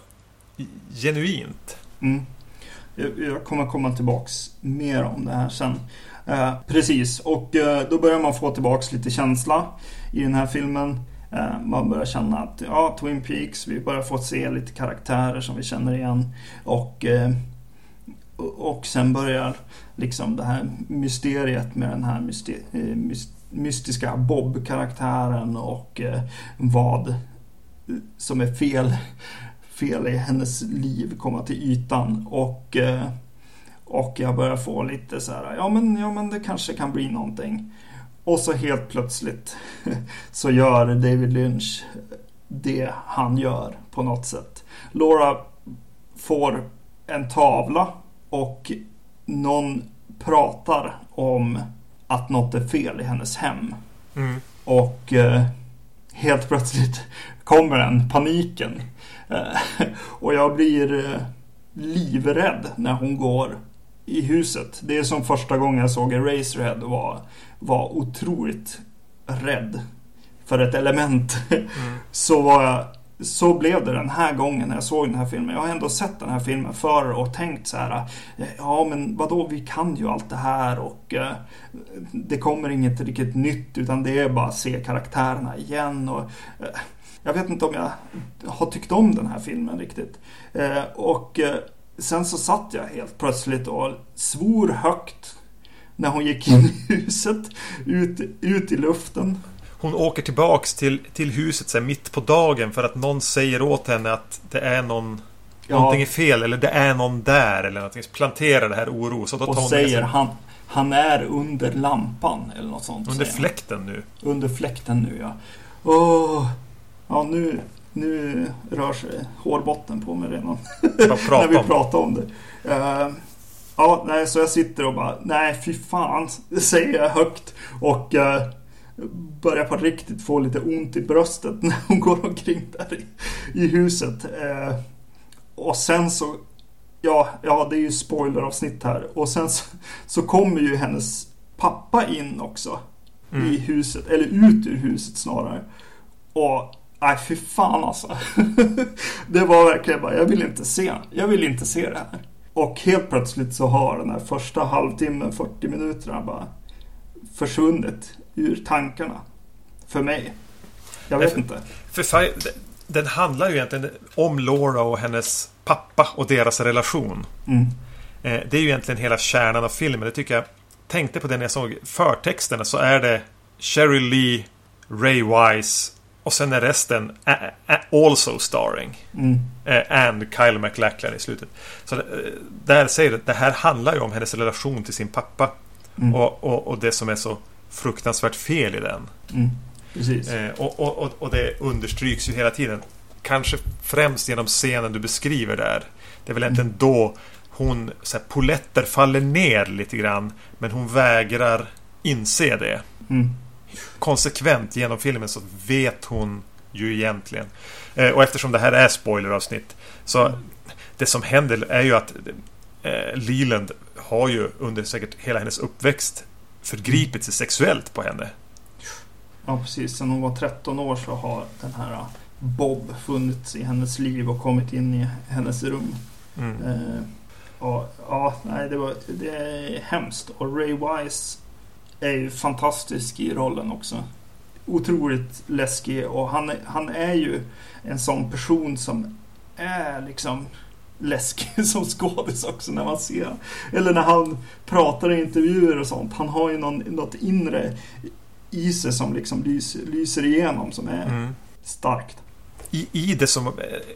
genuint. Mm. Jag, jag kommer komma tillbaks mer om det här sen. Eh, precis, och eh, då börjar man få tillbaks lite känsla i den här filmen. Eh, man börjar känna att ja, Twin Peaks, vi börjar få se lite karaktärer som vi känner igen. Och, eh, och sen börjar liksom det här mysteriet med den här mysti- eh, myst- mystiska Bob-karaktären och eh, vad som är fel fel i hennes liv komma till ytan, och eh, och jag börjar få lite så här, ja men ja men det kanske kan bli någonting, och så helt plötsligt så gör David Lynch det han gör på något sätt. Laura får en tavla och någon pratar om att något är fel i hennes hem. Mm. Och eh, helt plötsligt kommer den paniken. Eh, och jag blir eh, livrädd när hon går i huset. Det är som första gången jag såg Eraserhead och var, var otroligt rädd för ett element. Mm. Så var jag, så blev det den här gången när jag såg den här filmen. Jag har ändå sett den här filmen förr och tänkt så här, ja men vadå, vi kan ju allt det här och eh, det kommer inget riktigt nytt, utan det är bara att se karaktärerna igen. Och eh, jag vet inte om jag har tyckt om den här filmen riktigt. Eh, och eh, sen så satt jag helt plötsligt och svor högt när hon gick in i huset, ut, ut i luften. Hon åker tillbaks till, till huset så här, mitt på dagen för att någon säger åt henne att det är någon, ja. någonting är fel, eller det är någon där eller någonting. Planterar det här oro. Så då och tar hon säger han, han är under lampan eller något sånt. Under fläkten nu. Under fläkten nu, ja. Åh, ja nu, nu rör sig hårbotten på mig redan. När vi pratar om det. Uh, ja, nej, så jag sitter och bara, nej fy fan, det säger jag högt. Och... Uh, börjar på riktigt få lite ont i bröstet när hon går omkring där i, i huset. Eh, och sen så ja, ja, det är ju spoileravsnitt här. Och sen så, så kommer ju hennes pappa in också mm. i huset, eller ut ur huset snarare. Och nej, fy fan alltså. Det var verkligen bara, jag vill inte se, jag vill inte se det här. Och helt plötsligt så har den här första halvtimmen, fyrtio minuterna bara försvunnit ur tankarna för mig. Jag vet för, inte. För, för den handlar ju egentligen om Laura och hennes pappa och deras relation. Mm. Eh, det är ju egentligen hela kärnan av filmen. Det tycker jag, tänkte på det när jag såg förtexterna, så är det Sheryl Lee, Ray Wise och sen är resten a, a, also starring. Mm. Eh, and Kyle MacLachlan i slutet. Så eh, där säger det, det här handlar ju om hennes relation till sin pappa. Mm. Och, och, och det som är så fruktansvärt fel i den. Mm, precis. Eh, och, och, och det understryks ju hela tiden. Kanske främst genom scenen du beskriver där. Det är väl inte mm. då hon så här, poletter faller ner lite grann, men hon vägrar inse det. Mm. Konsekvent genom filmen så vet hon ju egentligen. Eh, och eftersom det här är spoileravsnitt, så mm. det som händer är ju att eh, Leland har ju under säkert hela hennes uppväxt förgripit sig sexuellt på henne. Ja, precis. Sen hon var tretton år så har den här Bob funnits i hennes liv och kommit in i hennes rum. Mm. Eh, och, ja, nej, det, var, det är hemskt. Och Ray Wise är ju fantastisk i rollen också. Otroligt läskig. Och han, han är ju en sån person som är liksom läskig som skådis också när man ser. Eller när han pratar i intervjuer och sånt. Han har ju någon, något inre i sig som liksom lyser, lyser igenom, som är mm. starkt. I, I det som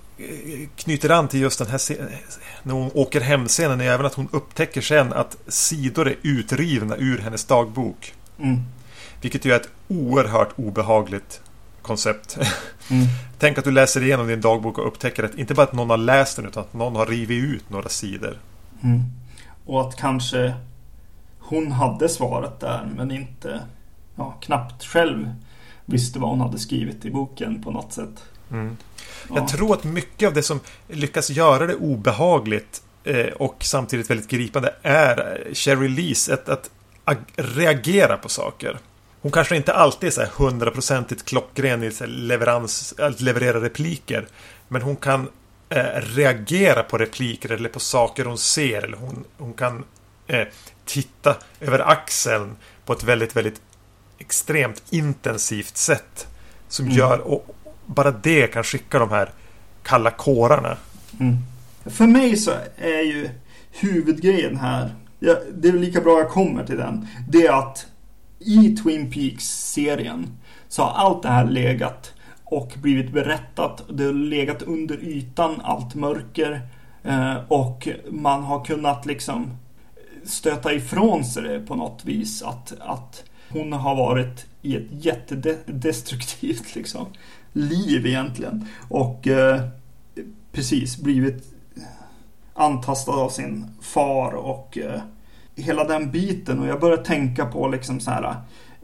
knyter an till just den här scenen, när hon åker hem scenen, är även att hon upptäcker sen att sidor är utrivna ur hennes dagbok. Mm. Vilket ju är ett oerhört obehagligt koncept. Mm. Tänk att du läser igenom din dagbok och upptäcker att inte bara att någon har läst den, utan att någon har rivit ut några sidor. Mm. Och att kanske hon hade svaret där, men inte ja, knappt själv visste vad hon hade skrivit i boken på något sätt. Mm. Ja. Jag tror att mycket av det som lyckas göra det obehagligt eh, och samtidigt väldigt gripande är Sheryl Lees att, att ag- reagera på saker. Hon kanske inte alltid är så här hundraprocentigt klockren i så här leverans, att leverera repliker, men hon kan eh, reagera på repliker eller på saker hon ser, eller hon, hon kan eh, titta över axeln på ett väldigt, väldigt extremt intensivt sätt som mm. gör, och bara det kan skicka de här kalla kårarna. Mm. För mig så är ju huvudgrejen här, ja, det är lika bra jag kommer till den, det är att i Twin Peaks-serien så har allt det här legat och blivit berättat. Det har legat under ytan, allt mörker, eh, och man har kunnat liksom stöta ifrån sig det på något vis, att, att hon har varit i ett jättedestruktivt liksom, liv egentligen, och eh, precis blivit antastad av sin far och eh, hela den biten. Och jag börjar tänka på liksom så här,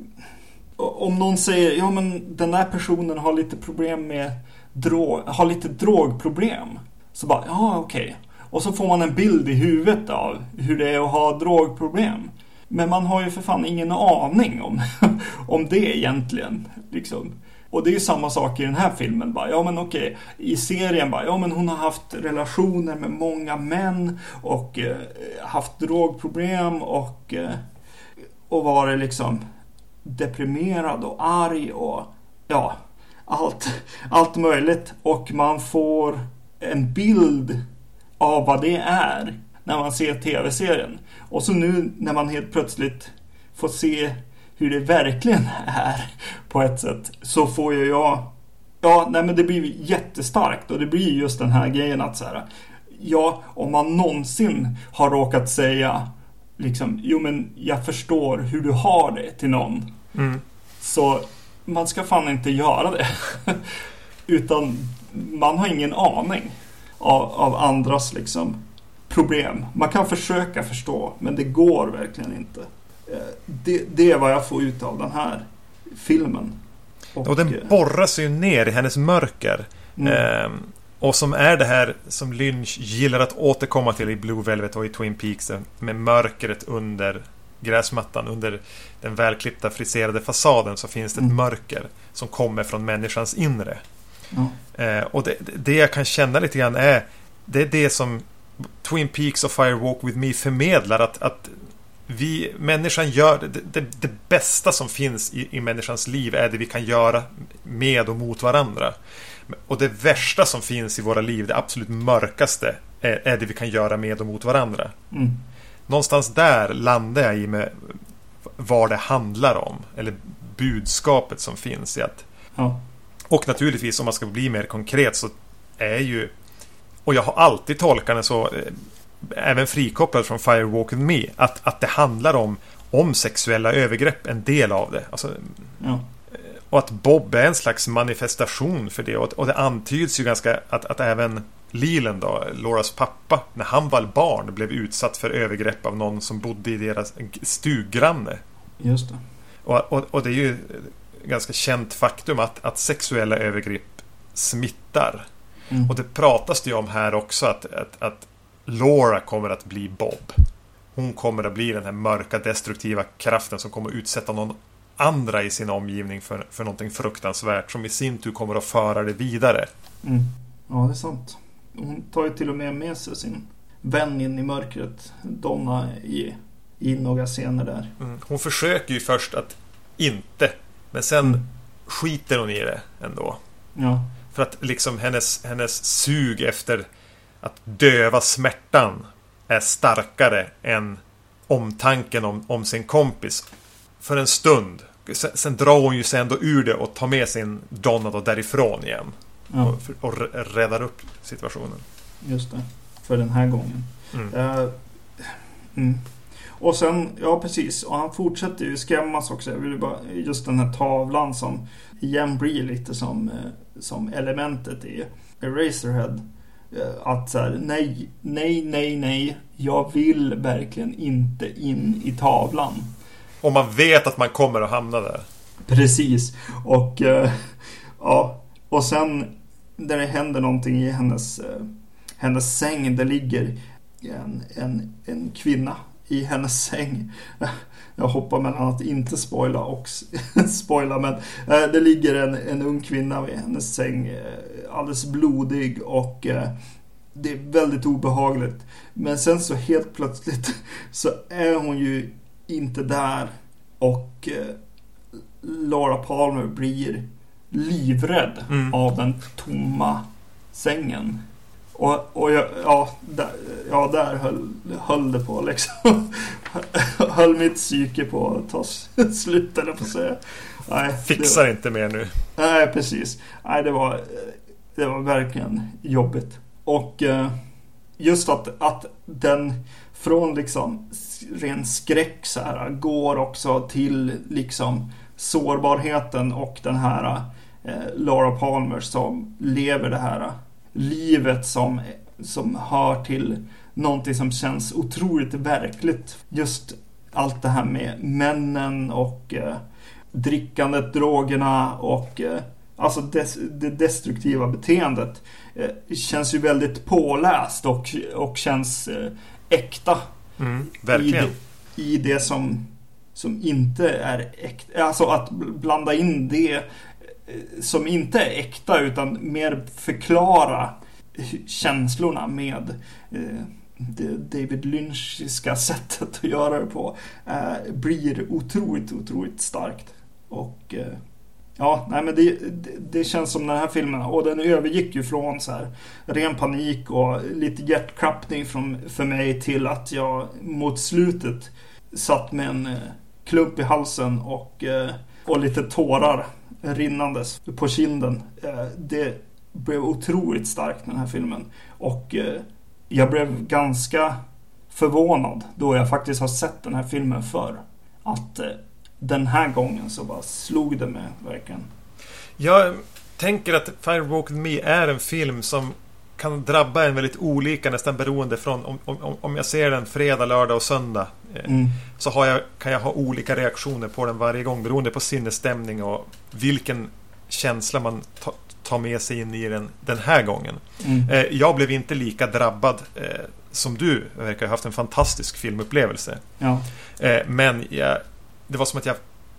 om någon säger ja men den där personen har lite problem med drog, har lite drogproblem, så bara ja okej okay. Och så får man en bild i huvudet av hur det är att ha drogproblem, men man har ju för fan ingen aning om om det egentligen liksom. Och det är ju samma sak i den här filmen. Bara, ja men okej, i serien bara, ja men hon har haft relationer med många män och eh, haft drogproblem och, eh, och varit liksom deprimerad och arg och ja, allt, allt möjligt. Och man får en bild av vad det är när man ser tv-serien. Och så nu när man helt plötsligt får se hur det verkligen är på ett sätt, så får ju jag ja, nej men det blir jättestarkt. Och det blir just den här grejen att så här, ja, om man någonsin har råkat säga liksom, jo men jag förstår hur du har det till någon, mm. så man ska fan inte göra det. Utan man har ingen aning av, av andras liksom problem. Man kan försöka förstå, men det går verkligen inte. Det, det är vad jag får ut av den här filmen. Och, och den borrar sig ju ner i hennes mörker. Mm. Ehm, och som är det här som Lynch gillar att återkomma till i Blue Velvet och i Twin Peaks, med mörkret under gräsmattan, under den välklippta friserade fasaden, så finns det ett mm. mörker som kommer från människans inre. Mm. Ehm, och det, det jag kan känna lite grann är det är det som Twin Peaks och Fire Walk With Me förmedlar, att, att vi, människan gör det, det, det bästa som finns i, i människans liv är det vi kan göra med och mot varandra. Och det värsta som finns i våra liv, det absolut mörkaste, är, är det vi kan göra med och mot varandra. Mm. Någonstans där landar jag i med vad det handlar om, eller budskapet som finns i att. Ja. Och naturligtvis, om man ska bli mer konkret, så är ju, och jag har alltid tolkat det så, även frikopplad från Fire Walk With Me, att, att det handlar om, om sexuella övergrepp, en del av det. Alltså, ja. Och att Bob är en slags manifestation för det. Och, och det antyds ju ganska att, att även Leland då, Lauras pappa, när han var barn, blev utsatt för övergrepp av någon som bodde i deras stuggranne. Just det. Och, och, och det är ju ganska känt faktum att, att sexuella övergrepp smittar. Mm. Och det pratas det ju om här också, att, att, att Laura kommer att bli Bob. Hon kommer att bli den här mörka, destruktiva kraften som kommer att utsätta någon andra i sin omgivning för, för någonting fruktansvärt, som i sin tur kommer att föra det vidare. Mm. Ja, det är sant. Hon tar ju till och med med sig sin vän in i mörkret, Donna, i, i några scener där. Mm. Hon försöker ju först att inte, men sen mm. skiter hon i det ändå. Ja. För att liksom hennes, hennes sug efter att döva smärtan är starkare än omtanken om, om sin kompis. För en stund. Sen, sen drar hon ju sig ändå ur det och tar med sin Donna då därifrån igen. Ja. Och, och räddar upp situationen. Just det. För den här gången. Mm. Uh, mm. Och sen, ja precis. Och han fortsätter ju skrämmas också. Jag vill bara, just den här tavlan som igen blir lite som, som elementet i Eraserhead. Att så här, nej, nej, nej, nej. Jag vill verkligen inte in i tavlan. Och man vet att man kommer att hamna där. Precis. Och uh, ja, och sen när det händer någonting i hennes, uh, hennes säng, det ligger en, en, en kvinna i hennes säng. Jag hoppar mellan att inte spoila och spoila, men uh, det ligger en, en ung kvinna vid hennes säng, uh, alldeles blodig, och uh, det är väldigt obehagligt. Men sen så helt plötsligt så är hon ju inte där, och eh, Laura Palmer blir livrädd mm. av den tomma sängen. Och, och jag, ja, där, ja, där höll, höll det på liksom. Höll mitt psyke på att ta slut, eller på att säga. Nej, Fixar var, inte mer nu. Nej, precis. Nej, det var, det var verkligen jobbigt. Och eh, just att, att den från liksom ren skräck så här går också till liksom sårbarheten, och den här eh, Laura Palmer som lever det här livet som, som hör till någonting som känns otroligt verkligt. Just allt det här med männen och eh, drickandet, drogerna och eh, alltså des, det destruktiva beteendet eh, känns ju väldigt påläst och, och känns eh, äkta. Mm, verkligen. I det, i det som, som inte är äkta. Alltså att blanda in det som inte är äkta utan mer förklara känslorna med eh, det David Lynchiska sättet att göra det på eh, blir otroligt, otroligt starkt. Och eh, ja, nej men det, det, det känns som den här filmen, och den övergick ju från så här ren panik och lite hjärtklappning från, för mig till att jag mot slutet satt med en eh, klump i halsen och, eh, och lite tårar rinnandes på kinden. Eh, det blev otroligt starkt den här filmen. Och eh, jag blev ganska förvånad då jag faktiskt har sett den här filmen förr. Att eh, den här gången så bara slog det mig verkligen. Jag tänker att Fire Walk With Me är en film som kan drabba en väldigt olika, nästan beroende från om, om, om jag ser den fredag, lördag och söndag mm. så har jag, kan jag ha olika reaktioner på den varje gång beroende på sinnesstämning och vilken känsla man ta, tar med sig in i den den här gången. Mm. Eh, jag blev inte lika drabbad eh, som du. Jag verkar ha haft en fantastisk filmupplevelse. Ja. Eh, men jag, det var som att jag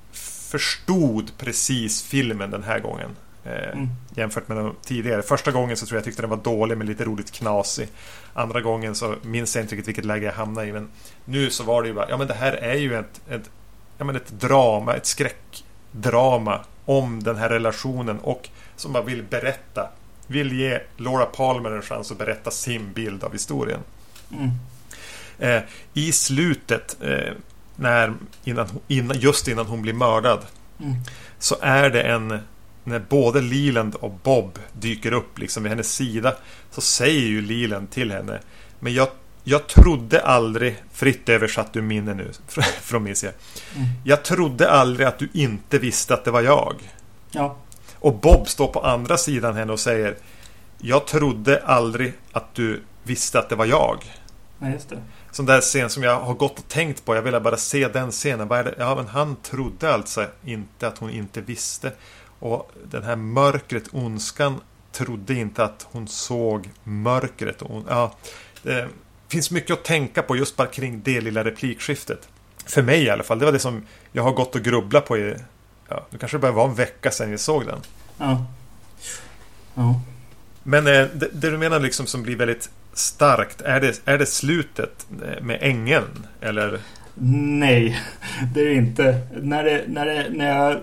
förstod precis filmen den här gången. Eh, mm. Jämfört med de tidigare. Första gången så tror jag jag tyckte den var dålig men lite roligt knasig. Andra gången så minns jag inte riktigt vilket läge jag hamnade i. Men nu så var det ju bara, ja men det här är ju ett, ett, ja, men ett drama, ett skräckdrama om den här relationen och som man vill berätta, vill ge Laura Palmer en chans att berätta sin bild av historien. Mm. Eh, I slutet eh, när, innan, innan, just innan hon blir mördad mm. så är det en när både Leland och Bob dyker upp liksom vid hennes sida så säger ju Leland till henne, men jag, jag trodde aldrig, fritt översatt ur minne nu från min sida, mm. jag trodde aldrig att du inte visste att det var jag. Ja. Och Bob står på andra sidan henne och säger, jag trodde aldrig att du visste att det var jag. Ja, just det. Sån där scen som jag har gått och tänkt på, jag ville bara se den scenen. Vad är det? Ja, men han trodde alltså inte att hon inte visste. Och den här mörkret, ondskan, trodde inte att hon såg mörkret. Och, ja, det finns mycket att tänka på just bara kring det lilla replikskiftet. För mig i alla fall. Det var det som jag har gått och grubblat på i, ja, nu kanske det bara var en vecka sedan jag såg den. Ja. Ja. Men eh, det, det du menar liksom som blir väldigt starkt, är det, är det slutet med ängeln? Eller... Nej, det är det inte. När, det, när, det, när jag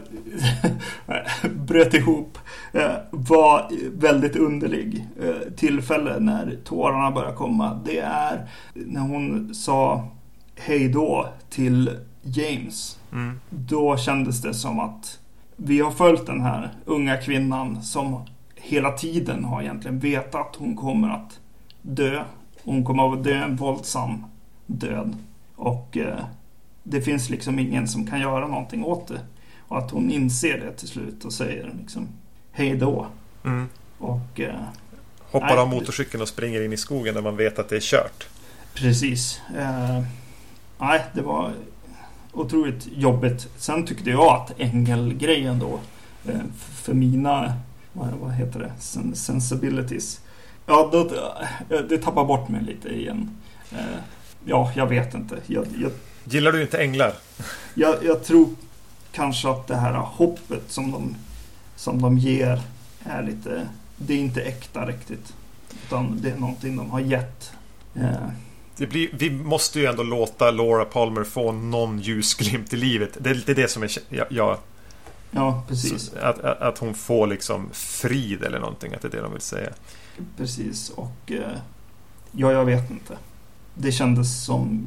bröt ihop eh, var väldigt underlig eh, tillfälle när tårarna började komma. Det är när hon sa hej då till James. Mm. Då kändes det som att vi har följt den här unga kvinnan som hela tiden har egentligen vetat att hon kommer att dö. Hon kommer att dö en våldsam död. Och eh, det finns liksom ingen som kan göra någonting åt det. Och att hon inser det till slut och säger liksom hej då. Mm. Och eh, hoppar nej, av motorcykeln och springer in i skogen när man vet att det är kört. Precis. Eh, nej, det var otroligt jobbigt. Sen tyckte jag att ängelgrejen då eh, för mina vad, vad heter det? Sen, sensibilities. Ja, då, det tappar bort mig lite igen. Eh, Ja, jag vet inte. Jag, jag, Gillar du inte änglar? Jag, jag tror kanske att det här hoppet som de, som de ger är lite... Det är inte äkta riktigt. Utan det är någonting de har gett. Eh. Det blir, vi måste ju ändå låta Laura Palmer få någon ljusglimt i livet. Det är lite det som är... Ja, ja, ja precis. Att, att, att hon får liksom frid eller någonting. Att det är det de vill säga. Precis. Och eh, ja, jag vet inte. Det kändes som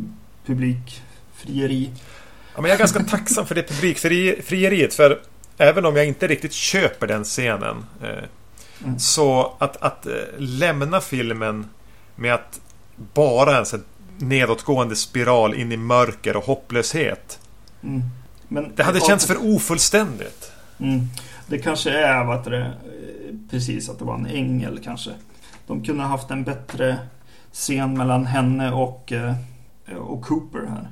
publikfrieri. Ja, men jag är ganska tacksam för det publikfrieriet. För även om jag inte riktigt köper den scenen eh, mm. så att, att eh, lämna filmen med att bara en så nedåtgående spiral in i mörker och hopplöshet. Mm. Men det hade det känts för ofullständigt. Mm. Det kanske är vad det, precis att det var en ängel kanske. De kunde ha haft en bättre scen mellan henne och, och Cooper här.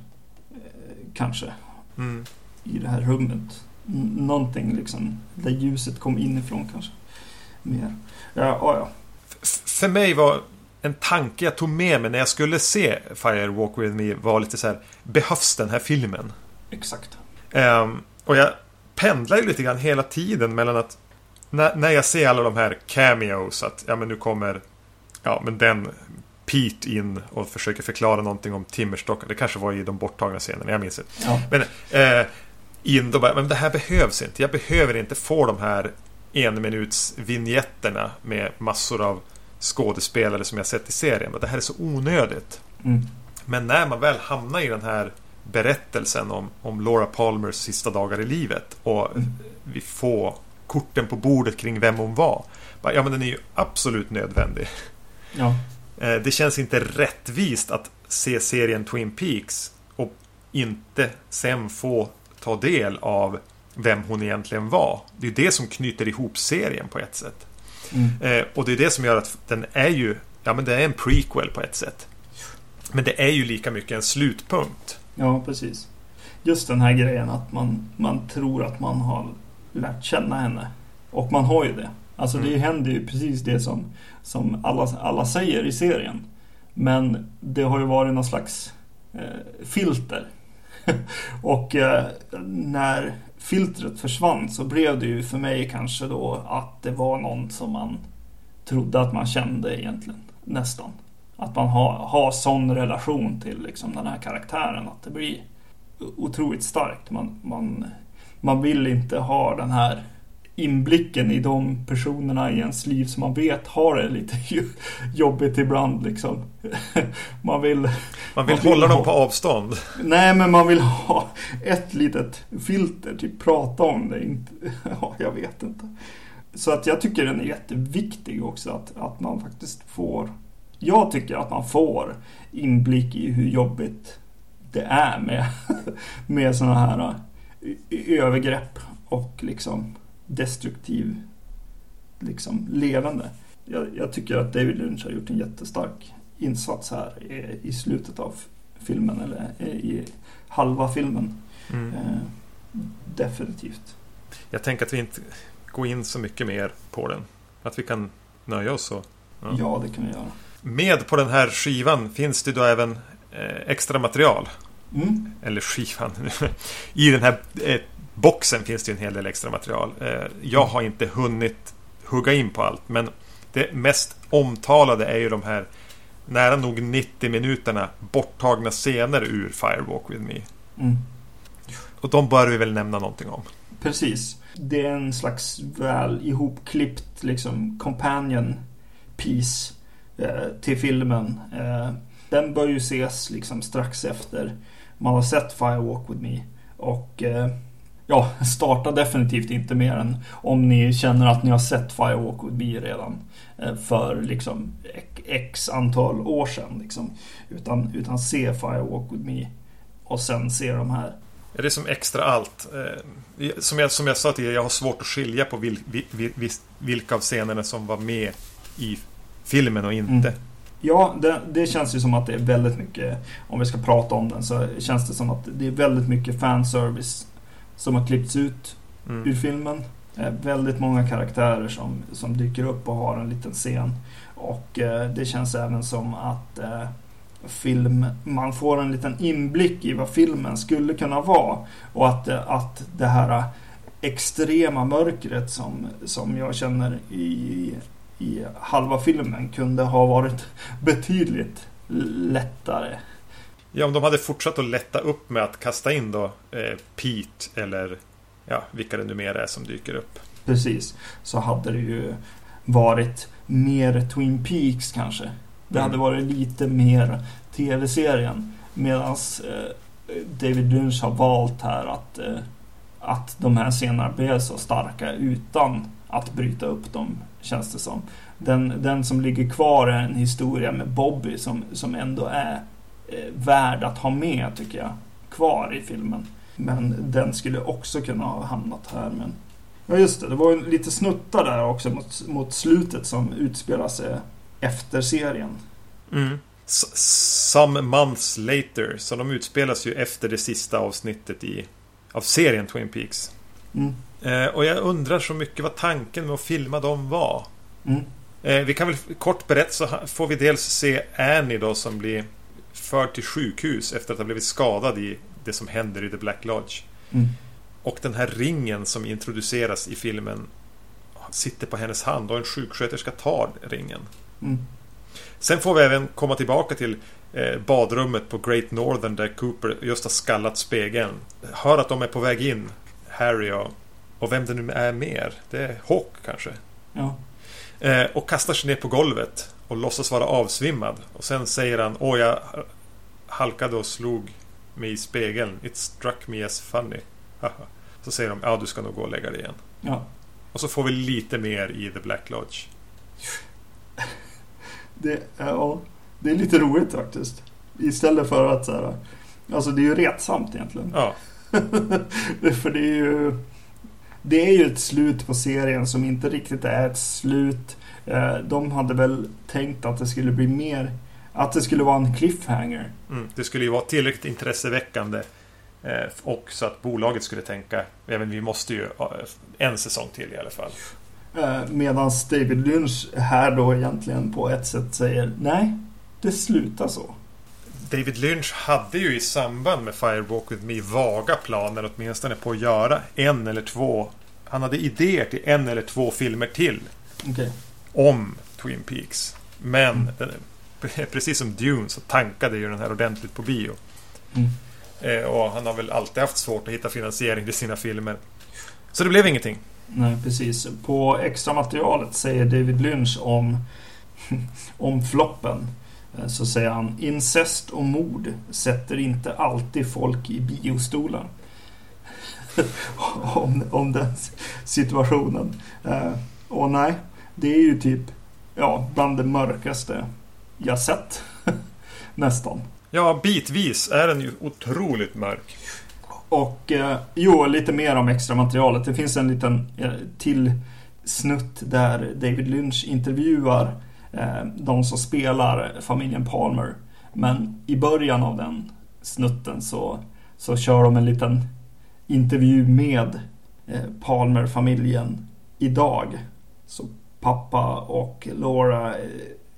Kanske. Mm. I det här rummet. Någonting liksom. Där ljuset kom inifrån kanske. Mer. Ja, ja. F- för mig var en tanke jag tog med mig när jag skulle se Fire Walk With Me var lite så här, behövs den här filmen? Exakt. Um, och jag pendlar ju lite grann hela tiden mellan att när, när jag ser alla de här cameos, att ja men nu kommer ja men den Pete in och försöker förklara någonting om timmerstockar. Det kanske var i de borttagna scenerna, jag minns inte. Ja. Men eh, in då bara, men det här behövs inte. Jag behöver inte få de här en minuts vignetterna med massor av skådespelare som jag sett i serien. Det här är så onödigt. Mm. Men när man väl hamnar i den här berättelsen om, om Laura Palmers sista dagar i livet och mm. vi får korten på bordet kring vem hon var. Ja, men den är ju absolut nödvändig. Ja. Det känns inte rättvist att se serien Twin Peaks och inte sen få ta del av vem hon egentligen var. Det är det som knyter ihop serien på ett sätt. Mm. Och det är det som gör att den är ju, ja men det är en prequel på ett sätt. Men det är ju lika mycket en slutpunkt. Ja, precis. Just den här grejen att man, man tror att man har lärt känna henne. Och man har ju det. Alltså mm. det händer ju precis det som, som alla, alla säger i serien. Men det har ju varit någon slags eh, filter. Och eh, när filtret försvann så blev det ju för mig kanske då att det var någon som man trodde att man kände egentligen. Nästan. Att man har, har sån relation till liksom den här karaktären att det blir otroligt starkt. Man, man, man vill inte ha den här inblicken i de personerna i ens liv som man vet har det lite jobbigt ibland liksom. Man vill man vill, man vill hålla ha, dem på avstånd. Nej, men man vill ha ett litet filter, typ prata om det, inte, ja, jag vet inte. Så att jag tycker den är jätteviktig också att, att man faktiskt får, jag tycker att man får inblick i hur jobbigt det är med med såna här övergrepp och liksom destruktiv liksom levande. Jag, jag tycker att David Lynch har gjort en jättestark insats här i, i slutet av filmen eller i halva filmen. Mm. Eh, definitivt. Jag tänker att vi inte går in så mycket mer på den. Att vi kan nöja oss så. Ja, ja det kan vi göra. Med på den här skivan finns det då även eh, extra material. Mm. Eller skivan. I den här eh, boxen finns det en hel del extra material. Jag har inte hunnit hugga in på allt, men det mest omtalade är ju de här nära nog nittio minuterna borttagna scener ur Firewalk With Me. Mm. Och de bör vi väl nämna någonting om. Precis. Det är en slags väl ihopklippt liksom companion piece eh, till filmen. Eh, den bör ju ses liksom strax efter man har sett Firewalk With Me. Och eh, ja, starta definitivt inte mer än om ni känner att ni har sett Firewalk With Me redan för liksom x antal år sedan liksom. utan, utan se Firewalk With Me och sen se de här. Är det som extra allt? Som jag, som jag sa till er, jag har svårt att skilja på vil, vil, vil, vilka av scenerna som var med i filmen och inte. Mm. Ja, det, det känns ju som att det är väldigt mycket, om vi ska prata om den så känns det som att det är väldigt mycket fanservice som har klippts ut mm. ur filmen. Eh, väldigt många karaktärer som, som dyker upp och har en liten scen. Och eh, det känns även som att eh, film, man får en liten inblick i vad filmen skulle kunna vara. Och att, eh, att det här extrema mörkret som, som jag känner i, i halva filmen kunde ha varit betydligt lättare. Ja, om de hade fortsatt att lätta upp med att kasta in då eh, Pete eller ja, vilka det numera är som dyker upp. Precis, så hade det ju varit mer Twin Peaks kanske. Det mm. hade varit lite mer tv-serien. Medan eh, David Lynch har valt här att, eh, att de här scenerna blev så starka utan att bryta upp dem, känns det som. Den, den som ligger kvar är en historia med Bobby som, som ändå är värd att ha med, tycker jag, kvar i filmen. Men den skulle också kunna ha hamnat här. Men ja, just det, det var ju lite snuttar där också mot, mot slutet som utspelar sig efter serien. Mm. Some months later, så de utspelas ju efter det sista avsnittet i, av serien Twin Peaks. Mm. Eh, och jag undrar så mycket vad tanken med att filma dem var. Mm. Eh, vi kan väl kort berätta, så får vi dels se Annie då som blir förd till sjukhus efter att ha blivit skadad i det som händer i The Black Lodge. Mm. Och den här ringen som introduceras i filmen sitter på hennes hand och en sjuksköterska tar ringen. Mm. Sen får vi även komma tillbaka till eh, badrummet på Great Northern där Cooper just har skallat spegeln. Hör att de är på väg in, Harry och, och vem det nu är mer. Det är Hawk kanske. Ja. Eh, och kastar sig ner på golvet och låtsas vara avsvimmad. Och sen säger han, åh jag halkade och slog mig i spegeln. It struck me as funny. Så säger de, ja du ska nog gå och lägga dig igen. Ja. Och så får vi lite mer i The Black Lodge. Det, ja, det är lite roligt faktiskt. Istället för att så här, alltså det är ju retsamt egentligen. Ja. För det är ju det är ju ett slut på serien som inte riktigt är ett slut. De hade väl tänkt att det skulle bli mer, att det skulle vara en cliffhanger. Mm, det skulle ju vara tillräckligt intresseväckande eh, och så att bolaget skulle tänka, även vi måste ju ha en säsong till i alla fall. Eh, Medan David Lynch här då egentligen på ett sätt säger nej, det slutar så. David Lynch hade ju i samband med Fire Walk With Me vaga planer åtminstone på att göra en eller två, han hade idéer till en eller två filmer till okay. om Twin Peaks. Men mm. den, precis som Dune så tankade ju den här ordentligt på bio. Mm. Eh, och han har väl alltid haft svårt att hitta finansiering till sina filmer. Så det blev ingenting. Nej, precis. På extra materialet säger David Lynch om om floppen. Så säger han, incest och mord sätter inte alltid folk i biostolar. om, om den situationen. Eh, och nej, det är ju typ ja, bland det mörkaste jag sett. Nästan. Ja, bitvis är den ju otroligt mörk. Och eh, jo, lite mer om extra materialet. Det finns en liten eh, till snutt där David Lynch intervjuar eh, de som spelar familjen Palmer. Men i början av den snutten så, så kör de en liten intervju med eh, Palmer-familjen idag. Så pappa och Laura eh,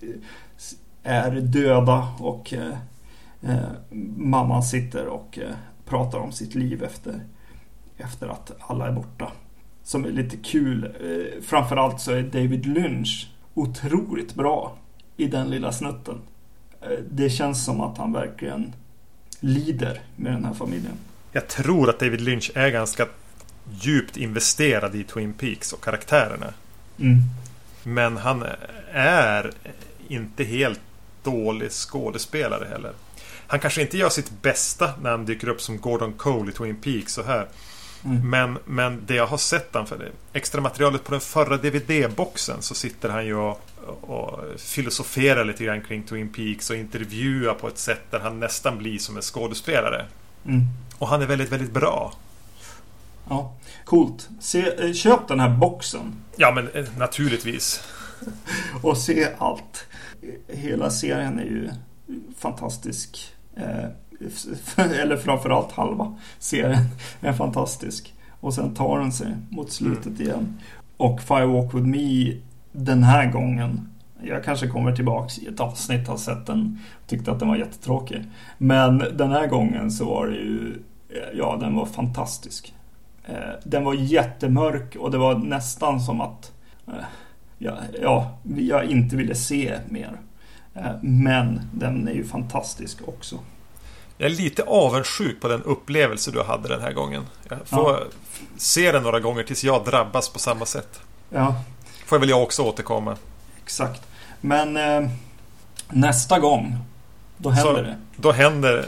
är döda och eh, eh, mamman sitter och eh, pratar om sitt liv efter, efter att alla är borta. Som är lite kul. Eh, framförallt så är David Lynch otroligt bra i den lilla snutten. Eh, det känns som att han verkligen lider med den här familjen. Jag tror att David Lynch är ganska djupt investerad i Twin Peaks och karaktärerna. Mm. Men han är inte helt dålig skådespelare heller. Han kanske inte gör sitt bästa när han dyker upp som Gordon Cole i Twin Peaks så här. Mm. Men, men det jag har sett han för det extra materialet på den förra D V D-boxen så sitter han ju och, och filosoferar lite grann kring Twin Peaks och intervjuar på ett sätt där han nästan blir som en skådespelare. Mm. Och han är väldigt, väldigt bra. Ja, coolt. Se, köp den här boxen. Ja, men naturligtvis. Och se allt. Hela serien är ju fantastisk. Eh, eller framförallt halva serien är fantastisk. Och sen tar den sig mot slutet mm. igen. Och Fire Walk With Me den här gången. Jag kanske kommer tillbaka i ett avsnitt och har sett den. Tyckte att den var jättetråkig. Men den här gången så var det ju, ja, den var fantastisk. Eh, den var jättemörk och det var nästan som att eh, ja, ja, jag inte ville se mer. Eh, men den är ju fantastisk också. Jag är lite avundsjuk på den upplevelse du hade den här gången. Jag får ja. se den några gånger tills jag drabbas på samma sätt. Ja. Får väl jag också återkomma. Exakt. Men eh, nästa gång då händer Så, det. Då händer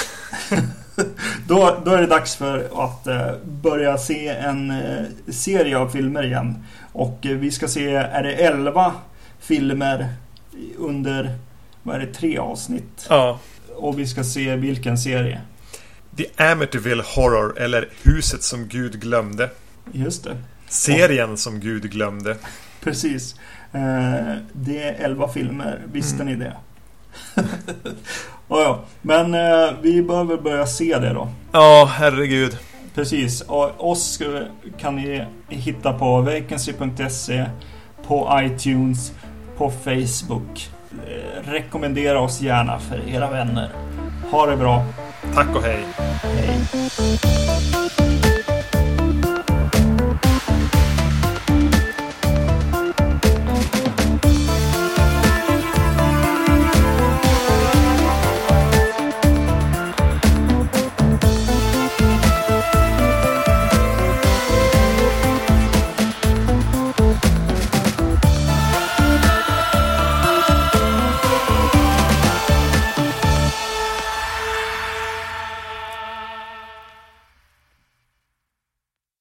då, då är det dags för att eh, börja se en eh, serie av filmer igen. Och eh, vi ska se, är det elva filmer under, vad är det, tre avsnitt? Ja. Och vi ska se vilken serie? The Amityville Horror, eller Huset som Gud glömde. Just det. Serien och, som Gud glömde. Precis. Eh, det är elva filmer, visste mm. ni det? oh, ja. Men eh, vi behöver börja se det då. Ja, herregud. Precis. Och oss kan ni hitta på vacancy punkt se, på iTunes, på Facebook. Eh, rekommendera oss gärna för era vänner. Ha det bra. Tack och hej. Hej.